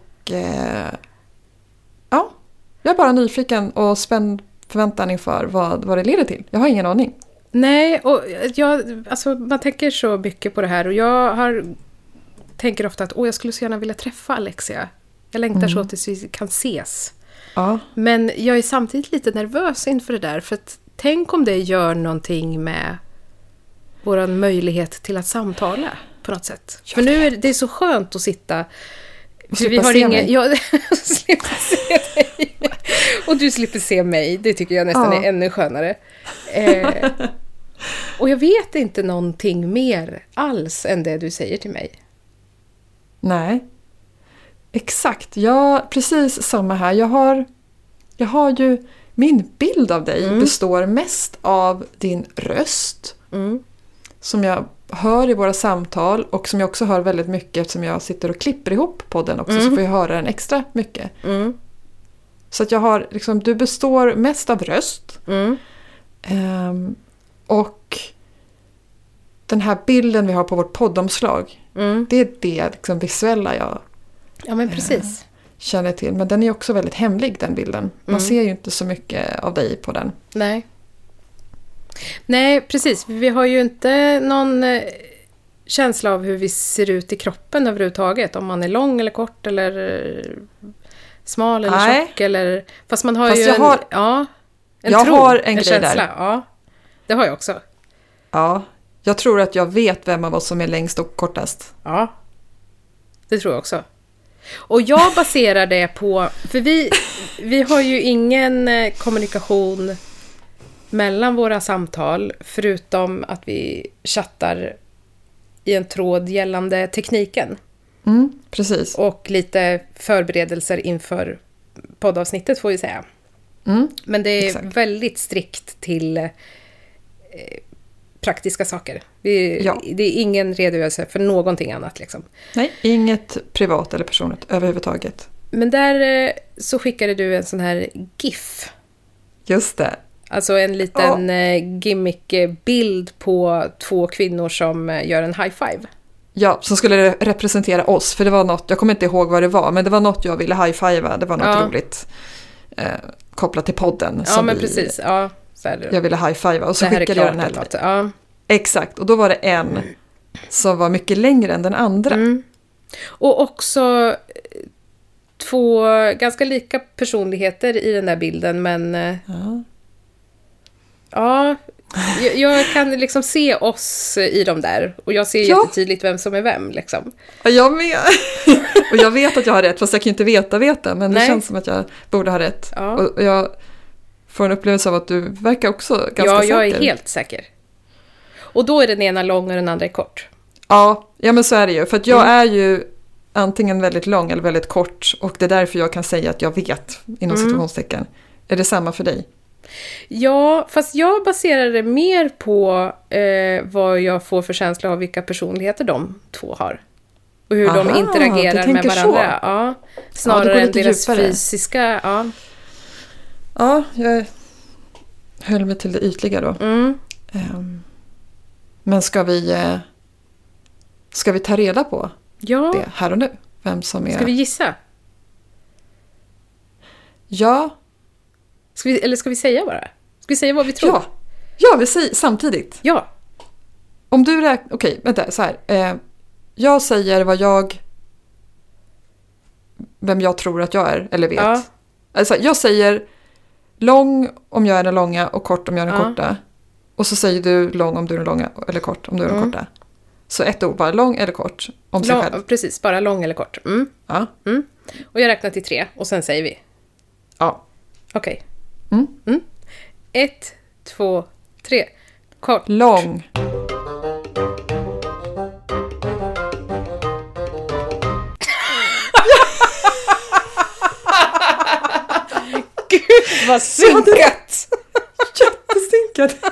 jag är bara nyfiken och spänd förväntan inför vad det leder till. Jag har ingen aning. Nej, och man tänker så mycket på det här. Och jag tänker ofta att jag skulle så gärna vilja träffa Alexia. Jag längtar så tills vi kan ses. Ja. Men jag är samtidigt lite nervös inför det där. För att tänk om det gör någonting med vår möjlighet till att samtala på något sätt. För nu är det så skönt att sitta... Och slippa se mig. Slippa se dig. Och du slipper se mig. Det tycker jag nästan är ännu skönare. Och jag vet inte någonting mer alls än det du säger till mig. Nej. Exakt. Ja, precis samma här. Jag har ju... Min bild av dig består mest av din röst. Som jag hör i våra samtal och som jag också hör väldigt mycket eftersom jag sitter och klipper ihop podden också, så får jag höra den extra mycket. Så att jag har liksom, du består mest av röst. Och den här bilden vi har på vårt poddomslag, det är det liksom visuella jag precis. Känner till. Men den är också väldigt hemlig, den bilden. Man ser ju inte så mycket av dig på den. Nej, precis. Vi har ju inte någon känsla av hur vi ser ut i kroppen överhuvudtaget. Om man är lång eller kort eller smal eller tjock. Eller, fast man har ju en känsla. Där. Ja, det har jag också. Ja, jag tror att jag vet vem av oss som är längst och kortast. Ja, det tror jag också. Och jag baserar det på... För vi har ju ingen kommunikation mellan våra samtal, förutom att vi chattar i en tråd gällande tekniken. Precis. Och lite förberedelser inför poddavsnittet, får vi säga. Men det är väldigt strikt till praktiska saker. Det är ingen redogörelse för någonting annat. Liksom. Nej, inget privat eller personligt överhuvudtaget. Men där så skickade du en sån här GIF. Just det. Alltså en liten gimmick-bild på 2 kvinnor som gör en high five. Ja, som skulle representera oss. För det var något, jag kommer inte ihåg vad det var, men det var något jag ville high-fivea. Det var något roligt kopplat till podden. Ja, men precis. Ja, så här, jag ville high-fivea och så skickade jag den här. Ja. Exakt, och då var det en som var mycket längre än den andra. Och också 2 ganska lika personligheter i den där bilden, men... jag kan liksom se oss i dem där. Och jag ser jättetydligt vem som är vem. Liksom. Ja, jag med. Och jag vet att jag har rätt, fast jag kan inte veta. Men det känns som att jag borde ha rätt. Ja. Och jag får en upplevelse av att du verkar också ganska säker. Ja, jag är helt säker. Och då är den ena lång och den andra är kort. Ja, men så är det ju. För att jag är ju antingen väldigt lång eller väldigt kort. Och det är därför jag kan säga att jag vet, inom situationstecken. Är det samma för dig? Ja, fast jag baserar det mer på vad jag får för känsla av vilka personligheter de 2 har. Och hur de interagerar med varandra. Ja, snarare än deras fysiska... Ja, jag höll mig till det ytliga då. Men ska vi ta reda på det här och nu? Vem som är... Ska vi gissa? Ja. Ska vi säga bara? Ska vi säga vad vi tror? Ja, vi säger samtidigt. Ja. Om du räknar... Okej, vänta, så här. Jag säger vem jag tror att jag är, eller vet. Ja. Alltså, jag säger lång om jag är den långa och kort om jag är den korta. Och så säger du lång om du är den långa eller kort om du är den korta. Så ett ord, bara lång eller kort om sig själv. Precis, bara lång eller kort. Ja. Och jag räknar till 3 och sen säger vi. Ja. Okej. 1, 2, 3. Kort. Lång. Gud, vad synkat! Jättesynkat.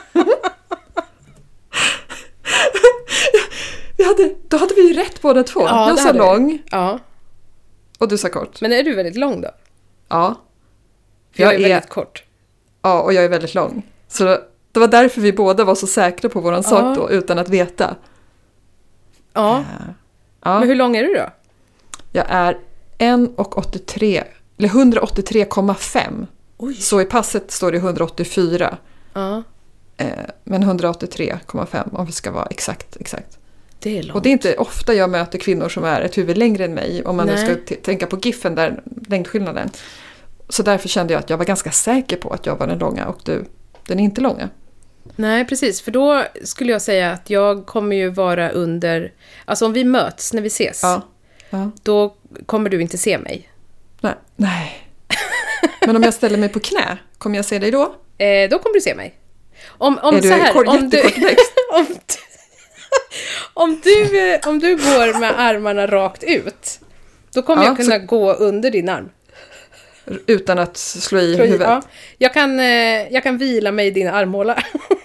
Då hade vi ju rätt båda 2. Ja, jag sa lång. Ja. Och du sa kort. Men är du väldigt lång då? Ja. För jag är väldigt kort. Ja, och jag är väldigt lång. Så det var därför vi båda var så säkra på våran sak då, utan att veta. Ja. Men hur lång är du då? Jag är 1,83 eller 183,5. Oj. Så i passet står det 184. Ja. Men 183,5 om vi ska vara exakt. Det är långt. Och det är inte ofta jag möter kvinnor som är ett huvud längre än mig. Om man nu ska tänka på giffen där, längdskillnaden. Så därför kände jag att jag var ganska säker på att jag var den långa och du, den är inte långa. Nej, precis. För då skulle jag säga att jag kommer ju vara under... Alltså om vi möts när vi ses, då kommer du inte se mig. Nej. Men om jag ställer mig på knä, kommer jag se dig då? Då kommer du se mig. Om är du så här, om du går med armarna rakt ut, då kommer jag kunna gå under din arm. Utan att slå i huvudet? Ja. Jag kan vila mig i din armhåla.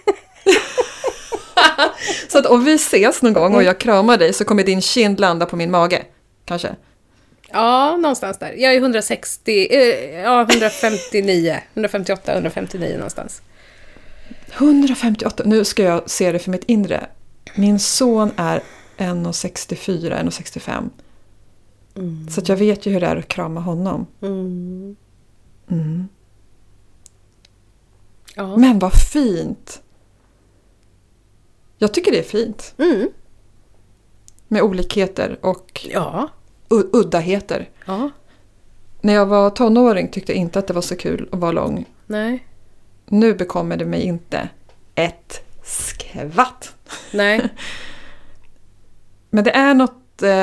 Så att om vi ses någon gång och jag kramar dig så kommer din kind landa på min mage, kanske? Ja, någonstans där. Jag är 158, 159 någonstans. 158, nu ska jag se det för mitt inre. Min son är 1,64, 1,65. Så att jag vet ju hur det är att krama honom. Ja. Men vad fint! Jag tycker det är fint. Med olikheter och uddaheter. Ja. När jag var tonåring tyckte jag inte att det var så kul att vara lång. Nej. Nu bekommer det mig inte ett skvatt. Nej. Men det är något...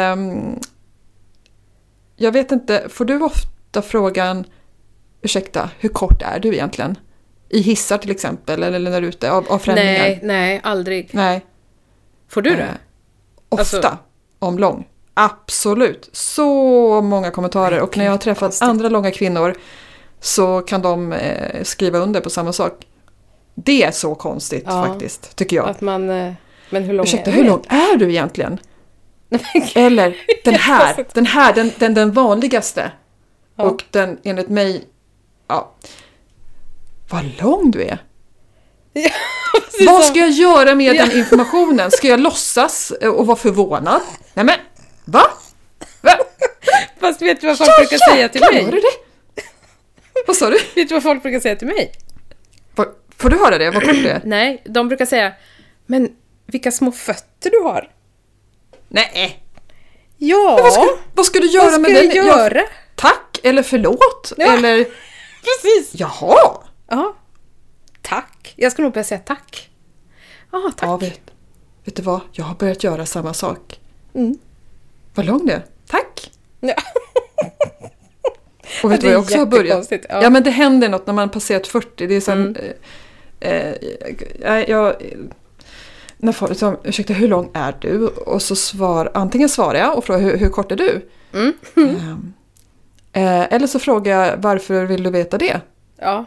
jag vet inte, får du ofta frågan, ursäkta, hur kort är du egentligen? I hissar till exempel, eller när du är ute av främlingar? Nej, aldrig. Nej. Får du det? Ofta, om lång. Absolut. Så många kommentarer. Och när jag har träffat andra långa kvinnor så kan de skriva under på samma sak. Det är så konstigt faktiskt, tycker jag. Att man... Men hur lång ursäkta, hur lång är du egentligen? Eller den vanligaste. Ja. Och den enligt mig, vad lång du är. Ja, vad ska jag göra med den informationen? Ska jag låtsas och vara förvånad? Nej men, va? Fast vet du vad folk brukar säga till mig? Det? Vad sa du? Vet du vad folk brukar säga till mig? Får du höra det? Vad kort det är? Nej, de brukar säga, men vilka små fötter du har. Nej. Ja. Vad ska du göra med den? Göra? Tack eller förlåt? Ja, eller... precis. Jaha. Ja. Tack. Jag ska nog börja säga tack. Ja, tack. Ja, vet du vad? Jag har börjat göra samma sak. Vad lång det är. Tack. Ja. Och vet du vad jag också har börjat? Ja, men det händer något när man passerat 40. Det är sen... när folk säger, ursäkta, hur lång är du? Och så antingen svarar jag och frågar hur kort är du? Eller så frågar jag, varför vill du veta det? Ja.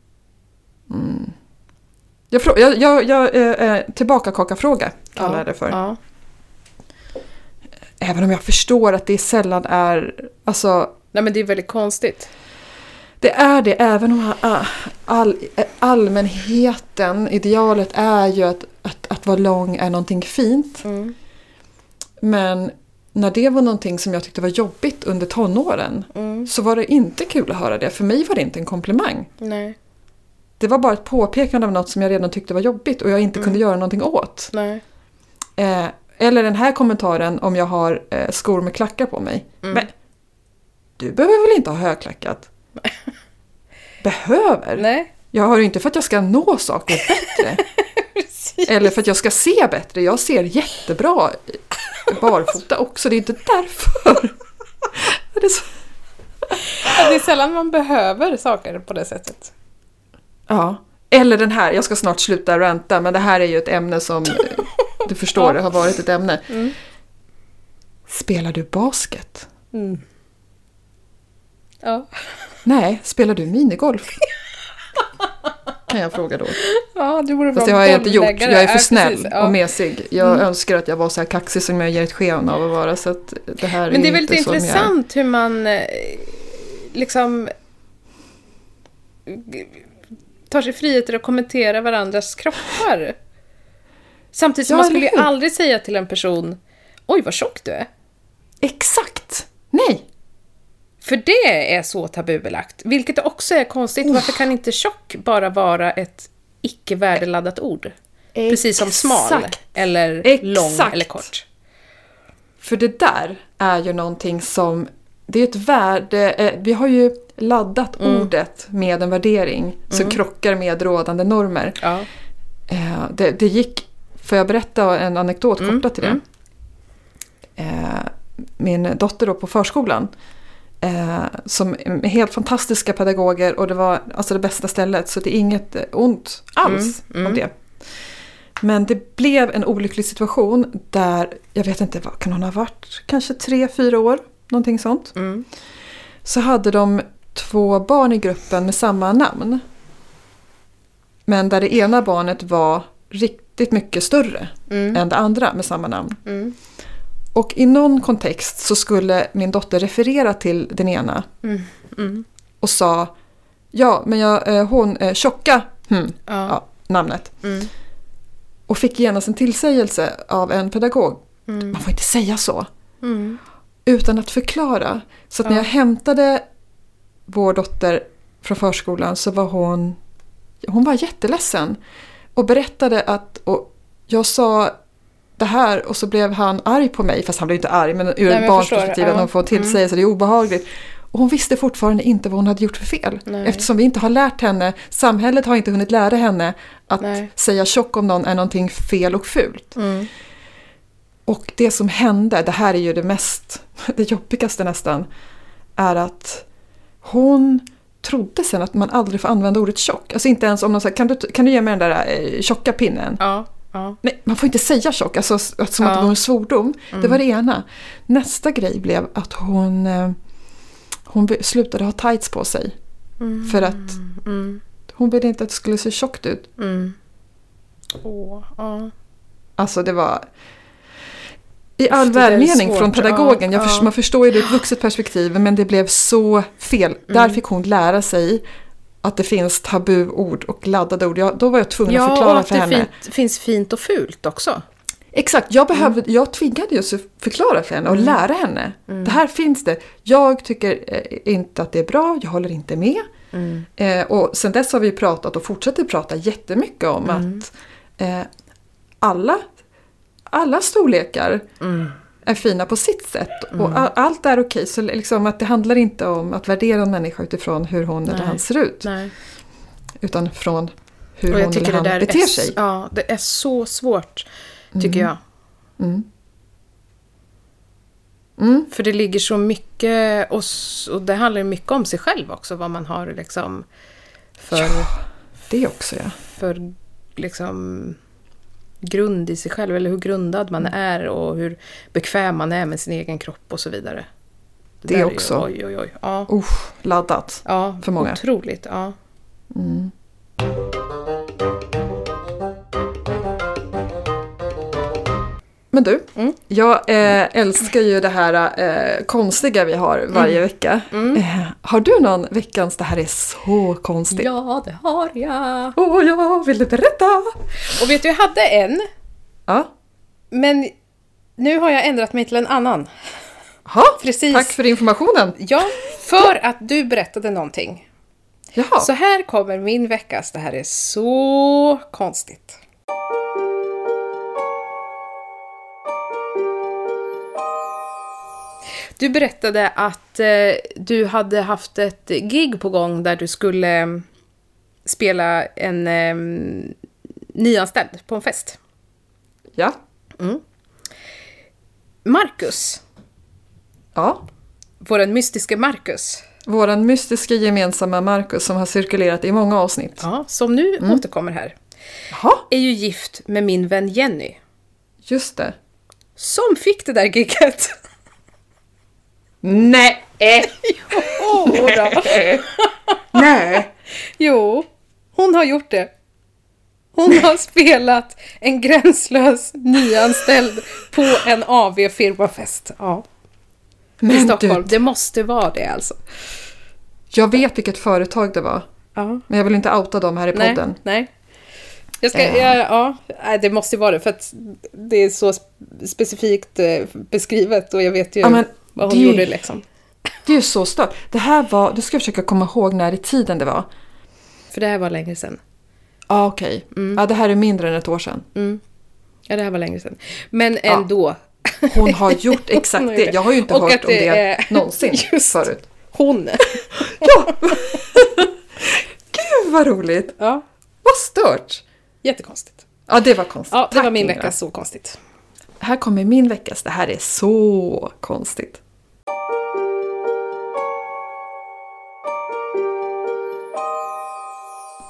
Jag tillbaka-kaka-fråga kallar jag det för. Ja. Även om jag förstår att det sällan är... Alltså, nej, men det är väldigt konstigt. Det är det, även om allmänheten, idealet är ju att vara lång är någonting fint. Men när det var någonting som jag tyckte var jobbigt under tonåren så var det inte kul att höra det. För mig var det inte en komplimang. Nej. Det var bara ett påpekande av något som jag redan tyckte var jobbigt och jag inte kunde göra någonting åt. Nej. Eller den här kommentaren om jag har skor med klackar på mig. Men du behöver väl inte ha högklackat? Behöver? Nej. Jag har ju inte för att jag ska nå saker bättre. Eller för att jag ska se bättre. Jag ser jättebra barfota också. Det är inte därför. Det är sällan man behöver saker på det sättet. Ja. Eller den här. Jag ska snart sluta ranta. Men det här är ju ett ämne som du förstår det har varit ett ämne. Spelar du basket? Ja. Nej, spelar du minigolf? Kan jag fråga då. Ja, du borde fast det har jag inte gjort. Jag är för snäll och mesig. Jag önskar att jag var så här kaxig som jag ger ett sken av att vara. Så att det här men det är inte väldigt intressant hur man liksom tar sig friheter att kommentera varandras kroppar. Samtidigt som man skulle ju aldrig säga till en person, oj vad tjock du är. Exakt. Nej. För det är så tabubelagt. Vilket också är konstigt. Varför kan inte tjock bara vara ett icke-värdeladdat ord? Precis som smal. Eller lång eller kort. För det där är ju någonting som... Det är ett värde... Vi har ju laddat ordet med en värdering som krockar med rådande normer. Ja. Det gick... Får jag berätta en anekdot kopplat till det? Min dotter då på förskolan som är helt fantastiska pedagoger och det var alltså det bästa stället, så det är inget ont alls om det. Men det blev en olycklig situation där, jag vet inte, vad kan hon ha varit? Kanske 3-4 år, någonting sånt. Så hade de 2 barn i gruppen med samma namn. Men där det ena barnet var riktigt mycket större än det andra med samma namn. Och i någon kontext så skulle min dotter referera till den ena. Och sa, ja men hon tjocka, ja, namnet. Och fick genast en tillsägelse av en pedagog. Man får inte säga så. Utan att förklara. Så att när jag hämtade vår dotter från förskolan så var hon var jätteledsen. Och berättade och jag sa det här och så blev han arg på mig. Fast han blev inte arg, men ur barns perspektiv att de får tillsägelse, det är obehagligt. Och hon visste fortfarande inte vad hon hade gjort för fel. Nej. Eftersom vi inte har lärt henne, samhället har inte hunnit lära henne att säga tjock om någon är någonting fel och fult. Och det som hände, det här är ju det jobbigaste nästan, är att hon trodde sen att man aldrig får använda ordet tjock. Alltså inte ens om någon säger, kan du ge mig den där tjocka pinnen? Ja. Nej, man får inte säga tjock, alltså som att det var en svordom. Det var det ena. Nästa grej blev att hon slutade ha tights på sig. För att hon ville inte att det skulle se tjockt ut. Alltså det var i all välmening från pedagogen. Man förstår ju det ur ett vuxet perspektiv, men det blev så fel. Där fick hon lära sig att det finns tabuord och laddade ord. Då var jag tvungen att förklara för henne. Ja, och att det finns fint och fult också. Exakt, jag tvingade just att förklara för henne och lära henne. Det här finns det. Jag tycker inte att det är bra, jag håller inte med. Och sen dess har vi pratat och fortsätter prata jättemycket om att alla storlekar är fina på sitt sätt. Och allt är okej. Så liksom att det handlar inte om att värdera en människa utifrån hur hon eller han ser ut. Nej. Utan från hur hon eller han beter sig. Ja, det är så svårt, tycker jag. För det ligger så mycket, och det handlar mycket om sig själv också, vad man har liksom det också, för liksom grund i sig själv, eller hur grundad man är och hur bekväm man är med sin egen kropp och så vidare. Det också. Oj. Ja. Laddat för många. Otroligt, ja. Men du, jag älskar ju det här konstiga vi har varje vecka. Har du någon veckans det här är så konstigt? Ja, det har jag. Ja, vill du berätta? Och vet du, jag hade en. Ja. Men nu har jag ändrat mig till en annan. Ja, precis. Tack för informationen. Ja, för att du berättade någonting. Jaha. Så här kommer min veckas, det här är så konstigt. Du berättade att du hade haft ett gig på gång där du skulle spela en nyanställd på en fest. Ja. Marcus. Ja. Våran mystiska Marcus. Våran mystiska gemensamma Marcus som har cirkulerat i många avsnitt. Ja, som nu återkommer här. Jaha. Är ju gift med min vän Jenny. Just det. Som fick det där giget. Nej. Nej. Jo, hon har gjort det. Hon har spelat en gränslös nyanställd på en AV-firmafest. Ja. I Stockholm. Det måste vara det alltså. Jag vet vilket företag det var. Ja. Men jag vill inte outa dem här i podden. Nej. Det måste vara det för att det är så specifikt beskrivet och jag vet ju vad hon gjorde liksom. Det är ju så stört. Det här var, du ska försöka komma ihåg när i tiden det var. För det här var längre sedan. Ja, okej. Ja, det här är mindre än ett år sedan. Ja, det här var längre sedan. Men ändå. Hon har gjort exakt det. Jag har ju inte hört om det någonsin förut. Hon. Ja. Gud vad roligt. Ja. Vad stört. Jättekonstigt. Ja, det var konstigt. Ja, det var min vecka så konstigt. Här kommer min veckas. Det här är så konstigt.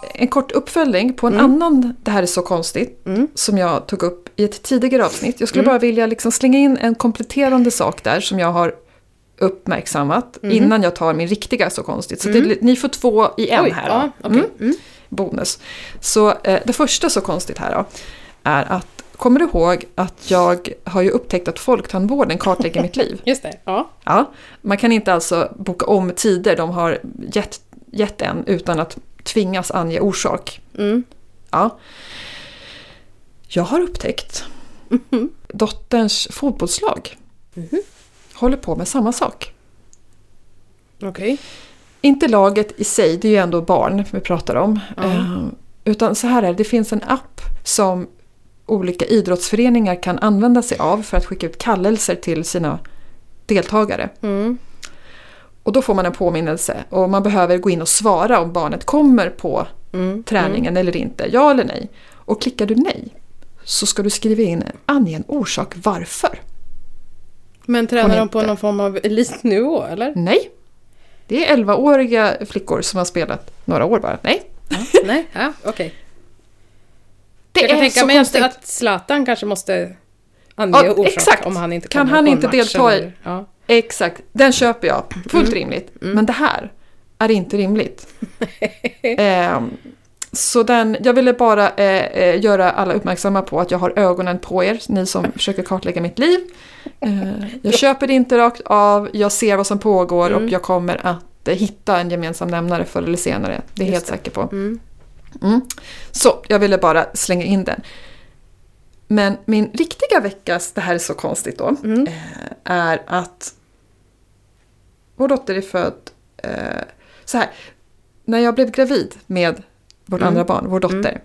en kort uppföljning på en annan Det här är så konstigt som jag tog upp i ett tidigare avsnitt. Jag skulle bara vilja liksom slänga in en kompletterande sak där som jag har uppmärksammat innan jag tar min riktiga så konstigt. Så ni får 2 i en här då. Bonus. Så det första så konstigt här då är att, kommer du ihåg att jag har ju upptäckt att folktandvården kartlägger mitt liv? Just det, Ja. Man kan inte alltså boka om tider de har gett en utan att tvingas ange orsak. Ja. Jag har upptäckt dotterns fotbollslag håller på med samma sak. Okej. Inte laget i sig, det är ju ändå barn vi pratar om. Utan så här är det finns en app som olika idrottsföreningar kan använda sig av för att skicka ut kallelser till sina deltagare. Och då får man en påminnelse och man behöver gå in och svara om barnet kommer på träningen eller inte, ja eller nej. Och klickar du nej så ska du skriva in ange en orsak varför. Men tränar de på någon form av elitnivå eller? Nej. Det är 11-åriga flickor som har spelat några år bara. Nej. Nej, okej. Jag kan tänka mig att Zlatan kanske måste ange orsak exakt. Om han inte kan han inte delta i. Ja. Exakt, den köper jag. Fullt rimligt. Men det här är inte rimligt. Så jag ville bara göra alla uppmärksamma på att jag har ögonen på er, ni som försöker kartlägga mitt liv. Jag köper det inte rakt av, jag ser vad som pågår och jag kommer att hitta en gemensam nämnare förr eller senare. Det är jag helt säker på. Så, jag ville bara slänga in den. Men min riktiga veckas, det här är så konstigt då, är att vår dotter är född så här. När jag blev gravid med vårt andra barn, vår dotter,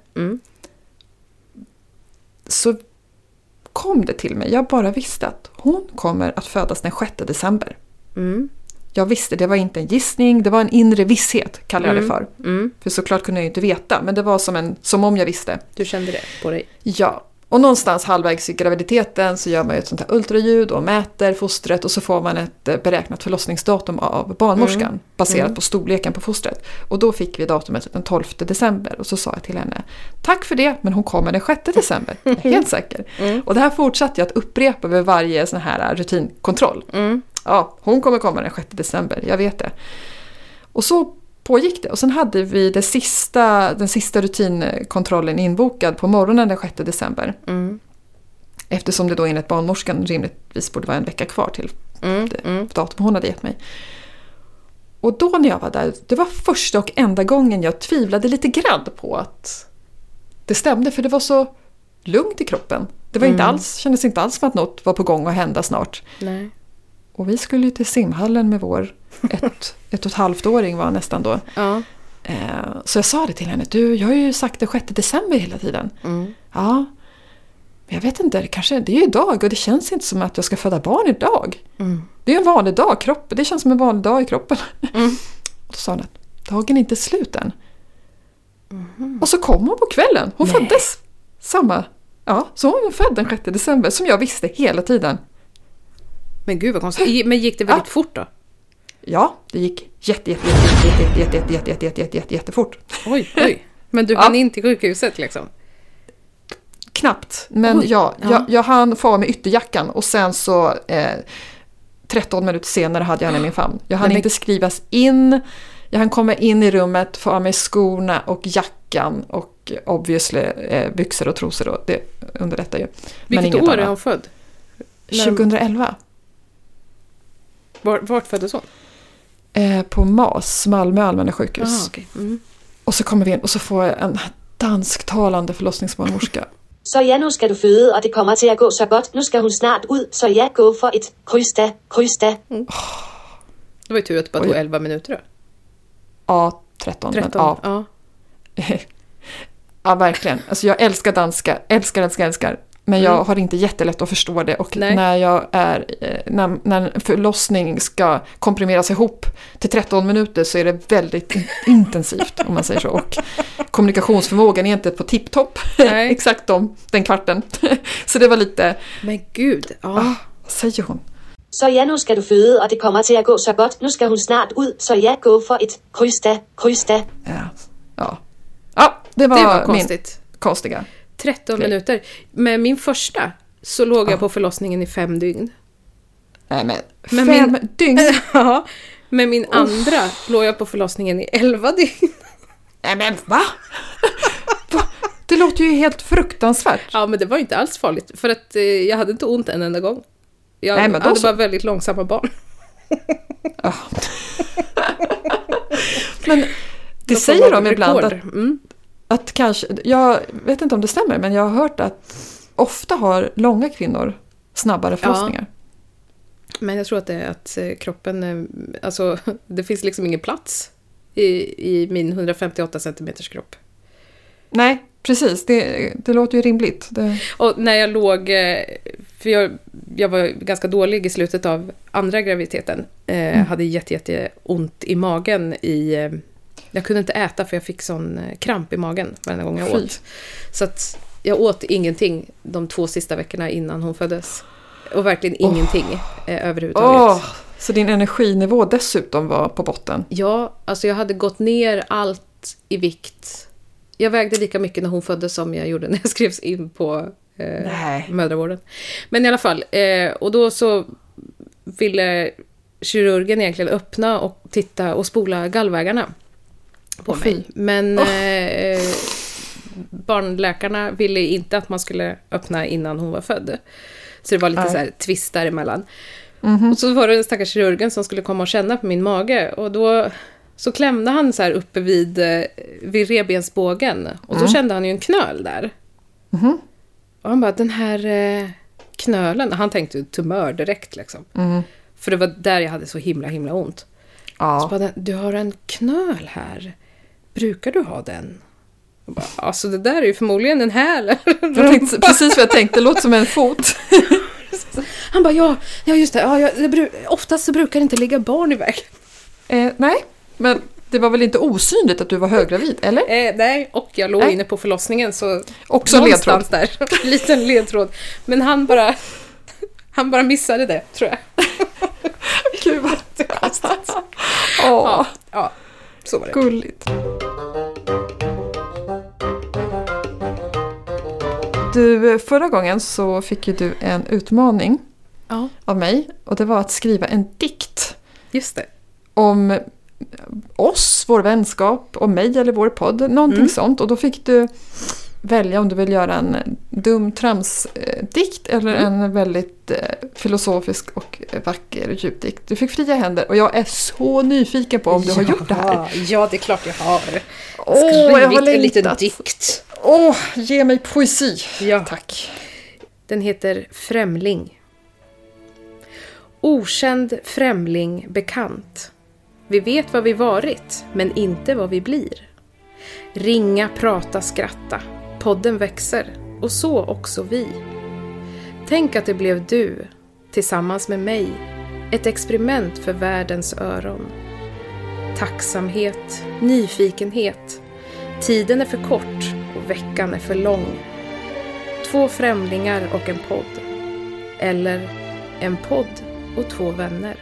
så kom det till mig. Jag bara visste att hon kommer att födas den 6 december. Jag visste, det var inte en gissning, det var en inre visshet, kallar jag det för. För såklart kunde jag inte veta, men det var som om jag visste. Du kände det på dig? Ja, och någonstans halvvägs i graviditeten så gör man ju ett sånt här ultraljud och mäter fostret och så får man ett beräknat förlossningsdatum av barnmorskan baserat på storleken på fostret. Och då fick vi datumet den 12 december och så sa jag till henne, tack för det, men hon kommer den 6 december, jag är helt säker. Och det här fortsatte jag att upprepa vid varje sån här rutinkontroll. Ja, hon kommer komma den 6 december, jag vet det. Och så pågick det. Och sen hade vi den sista rutinkontrollen inbokad på morgonen den 6 december. Eftersom det då enligt barnmorskan rimligtvis borde vara en vecka kvar till datum hon hade gett mig. Och då när jag var där, det var första och enda gången jag tvivlade lite grann på att det stämde. För det var så lugnt i kroppen. Det var inte alls, kändes inte alls som att något var på gång att hända snart. Nej. Och vi skulle ju till simhallen med vår 1,5-åring var nästan då. Ja. Så jag sa det till henne. Du, jag har ju sagt det 6 december hela tiden. Ja, men jag vet inte. Det är ju idag och det känns inte som att jag ska föda barn idag. Det är ju en vanlig dag. Det känns som en vanlig dag i kroppen. Och då sa hon att dagen är inte slut än. Och så kom hon på kvällen. Hon föddes samma. Ja, så hon föddes den 6 december som jag visste hela tiden. Men gud vad konstigt. Men gick det väldigt fort då? Ja, det gick jättefort. Oj. Men du hann in till sjukhuset liksom? Knappt, men jag hann få med ytterjackan och sen så 13 minuter senare hade jag henne i min famn. Jag hann inte skrivas in, jag hann komma in i rummet, få av mig skorna och jackan och obviously byxor och trosor då. Det underlättar ju. Vilket år är hon född? 2011. Vart föddes hon? På MAS, Malmö allmänna sjukhus. Aha, okay. Och så kommer vi in och så får jag en dansktalande förlossningsbarnmorska. Så ja, nu ska du föda och det kommer till att gå så gott. Nu ska hon snart ut, så ja, gå för ett kryss där. Det var ju tur att det bara tog 11 minuter då. Ja, 13. Men, ja. Ja, verkligen. Alltså jag älskar danska. Älskar. Men jag har inte jättelätt att förstå det. Och när en förlossning ska komprimeras ihop till 13 minuter så är det väldigt intensivt, om man säger så. Och kommunikationsförmågan är inte på tipptopp. Exakt den kvarten. Så det var lite... Men gud, vad säger hon? Så ja, nu ska du föda och det kommer till att gå så gott. Nu ska hon snart ut, så ja, gå för ett kryss där. Ja, det var konstigt. Min konstiga. 13 minuter. Med min första så låg jag på förlossningen i 5 dygn. Nej, men 5 dygn? Ja, med min andra låg jag på förlossningen i 11 dygn. Nej, men va? Det låter ju helt fruktansvärt. Ja, men det var inte alls farligt. För att jag hade inte ont en enda gång. Jag hade bara väldigt långsamma barn. Ja. Men det säger de ibland att kanske, jag vet inte om det stämmer, men jag har hört att ofta har långa kvinnor snabbare förlossningar. Ja. Men jag tror att det är att kroppen, alltså det finns liksom ingen plats i min 158 centimeters kropp. Nej, precis. Det låter ju rimligt. Och när jag låg, för jag var ganska dålig i slutet av andra graviditeten. Hade jätte ont i magen jag kunde inte äta för jag fick sån kramp i magen varje gång jag åt. Så att jag åt ingenting de 2 sista veckorna innan hon föddes. Och verkligen ingenting överhuvudtaget. Så din energinivå dessutom var på botten? Ja, alltså jag hade gått ner allt i vikt. Jag vägde lika mycket när hon föddes som jag gjorde när jag skrevs in på mödravården. Men i alla fall, och då så ville kirurgen egentligen öppna och titta och spola gallvägarna på mig. Men barnläkarna ville inte att man skulle öppna innan hon var född. Så det var lite så här twist däremellan. Och så var det den stackars kirurgen som skulle komma och känna på min mage. Och då så klämde han så här uppe vid revbensbågen. Och då kände han ju en knöl där. Och han bara, den här knölen. Han tänkte tumör direkt liksom. För det var där jag hade så himla ont. Så bara, du har en knöl här. Brukar du ha den? Jag bara, alltså det där är ju förmodligen en häl. Jag tänkte, precis vad jag tänkte, det låter som en fot. Han bara, ja just det. Oftast så brukar det inte ligga barn i vägen. Nej, men det var väl inte osynligt att du var höggravid, eller? Nej, och jag låg inne på förlossningen så också någonstans ledtråd. Där, liten ledtråd. Men han bara missade det, tror jag. Gud vad det är konstigt. Ja, så var det. Gulligt. Du, förra gången så fick ju du en utmaning av mig. Och det var att skriva en dikt. Just det. Om oss, vår vänskap, om mig eller vår podd. Någonting sånt. Och då fick du välja om du vill göra en dum tramsdikt eller en väldigt filosofisk och vacker djupdikt. Du fick fria händer och jag är så nyfiken på om du har gjort det här. Ja, det är klart jag har. Jag har en liten dikt. Ge mig poesi. Ja. Tack. Den heter Främling. Okänd främling bekant. Vi vet vad vi varit, men inte vad vi blir. Ringa, prata, skratta. Podden växer, och så också vi. Tänk att det blev du, tillsammans med mig. Ett experiment för världens öron. Tacksamhet, nyfikenhet. Tiden är för kort och veckan är för lång. 2 främlingar och en podd. Eller en podd och 2 vänner.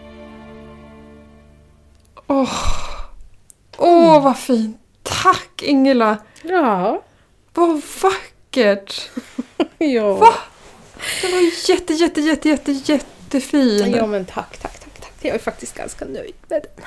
Vad fint. Tack, Ingela. Ja. Vad vackert. Ja. Va? Det var jättefin. Ja, men tack. Jag är faktiskt ganska nöjd med den.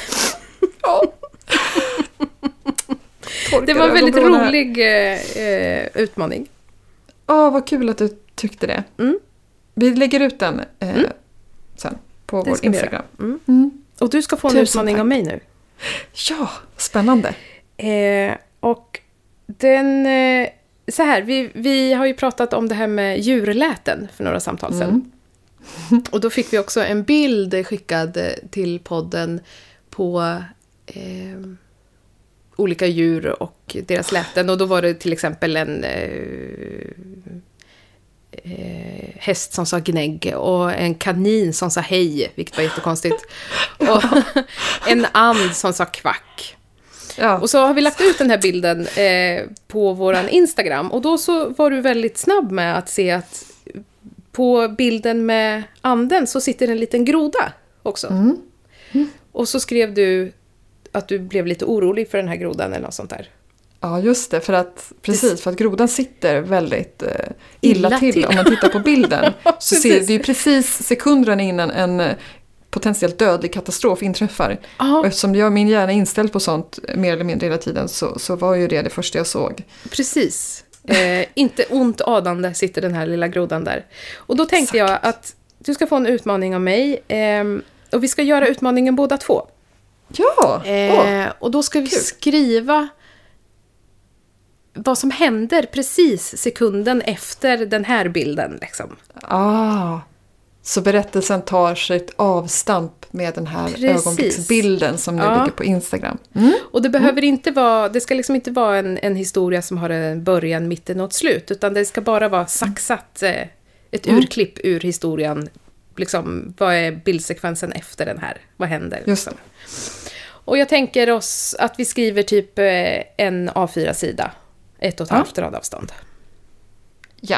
Det var en väldigt rolig utmaning. Vad kul att du tyckte det. Vi lägger ut den sen på vår Instagram. Och du ska få en utmaning av mig nu. Ja, spännande. Och den... så här, vi har ju pratat om det här med djurläten för några samtal sedan. Och då fick vi också en bild skickad till podden på olika djur och deras läten. Och då var det till exempel en häst som sa gnägg och en kanin som sa hej, vilket var jättekonstigt. Och en and som sa kvack. Ja. Och så har vi lagt ut den här bilden på våran Instagram. Och då så var du väldigt snabb med att se att på bilden med anden så sitter en liten groda också. Och så skrev du att du blev lite orolig för den här grodan eller något sånt där. Ja, just det. För att grodan sitter väldigt illa till. Om man tittar på bilden så ser det ju precis sekunderna innan en potentiellt dödlig katastrof inträffar. Och eftersom min hjärna är inställd på sånt mer eller mindre hela tiden så var ju det första jag såg. Precis. Inte ont adande sitter den här lilla grodan där. Och då tänkte jag att du ska få en utmaning av mig. Och vi ska göra utmaningen båda två. Ja! Och då ska vi skriva vad som händer precis sekunden efter den här bilden. Liksom. Så berättelsen tar sitt avstamp med den här ögonblicksbilden som nu ligger på Instagram. Och det behöver inte vara, det ska liksom inte vara en historia som har en början, mitten och ett slut, utan det ska bara vara saxat ett urklipp ur historien. Liksom, vad är bildsekvensen efter den här? Vad händer? Liksom. Och jag tänker oss att vi skriver typ en A4-sida. 1,5 radavstånd. Ja.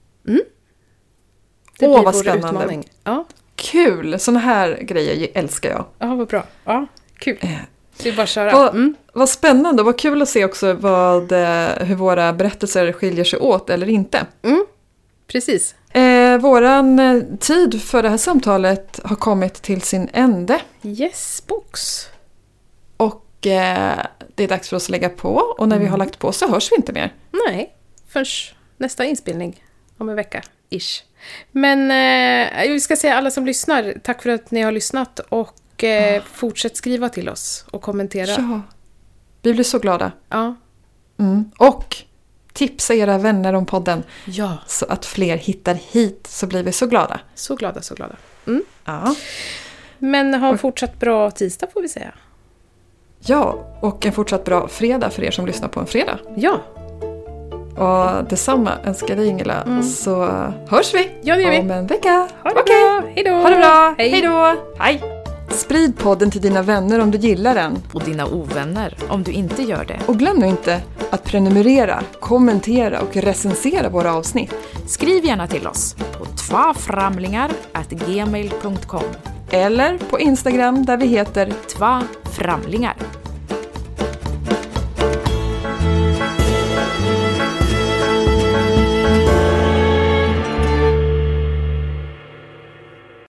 Det blir vad vår spännande. Utmaning. Ja. Kul! Såna här grejer älskar jag. Ja, vad bra. Ja, kul. Vi bara köra. Vad spännande. Vad kul att se också hur våra berättelser skiljer sig åt eller inte. Precis. Våran tid för det här samtalet har kommit till sin ände. Yes, box. Och det är dags för oss att lägga på. Och när vi har lagt på så hörs vi inte mer. Nej, först nästa inspelning om en vecka, ish. Men vi ska säga alla som lyssnar, tack för att ni har lyssnat. Och fortsätt skriva till oss och kommentera. Ja, vi blir så glada. Ja. Och tipsa era vänner om podden. Ja. Så att fler hittar hit, så blir vi så glada. Så glada. Ja. Men ha en fortsatt bra tisdag får vi säga. Ja, och en fortsatt bra fredag för er som lyssnar på en fredag. Ja. Och detsamma önskar dig, Ingela. Så hörs vi. Ja, det gör vi. Om en vecka. Ha det bra. Hej då. Ha det bra. Hej. Hej då. Hej. Sprid podden till dina vänner om du gillar den. Och dina ovänner om du inte gör det. Och glöm nu inte att prenumerera, kommentera och recensera våra avsnitt. Skriv gärna till oss på tvaframlingar@gmail.com Eller på Instagram där vi heter tvaframlingar.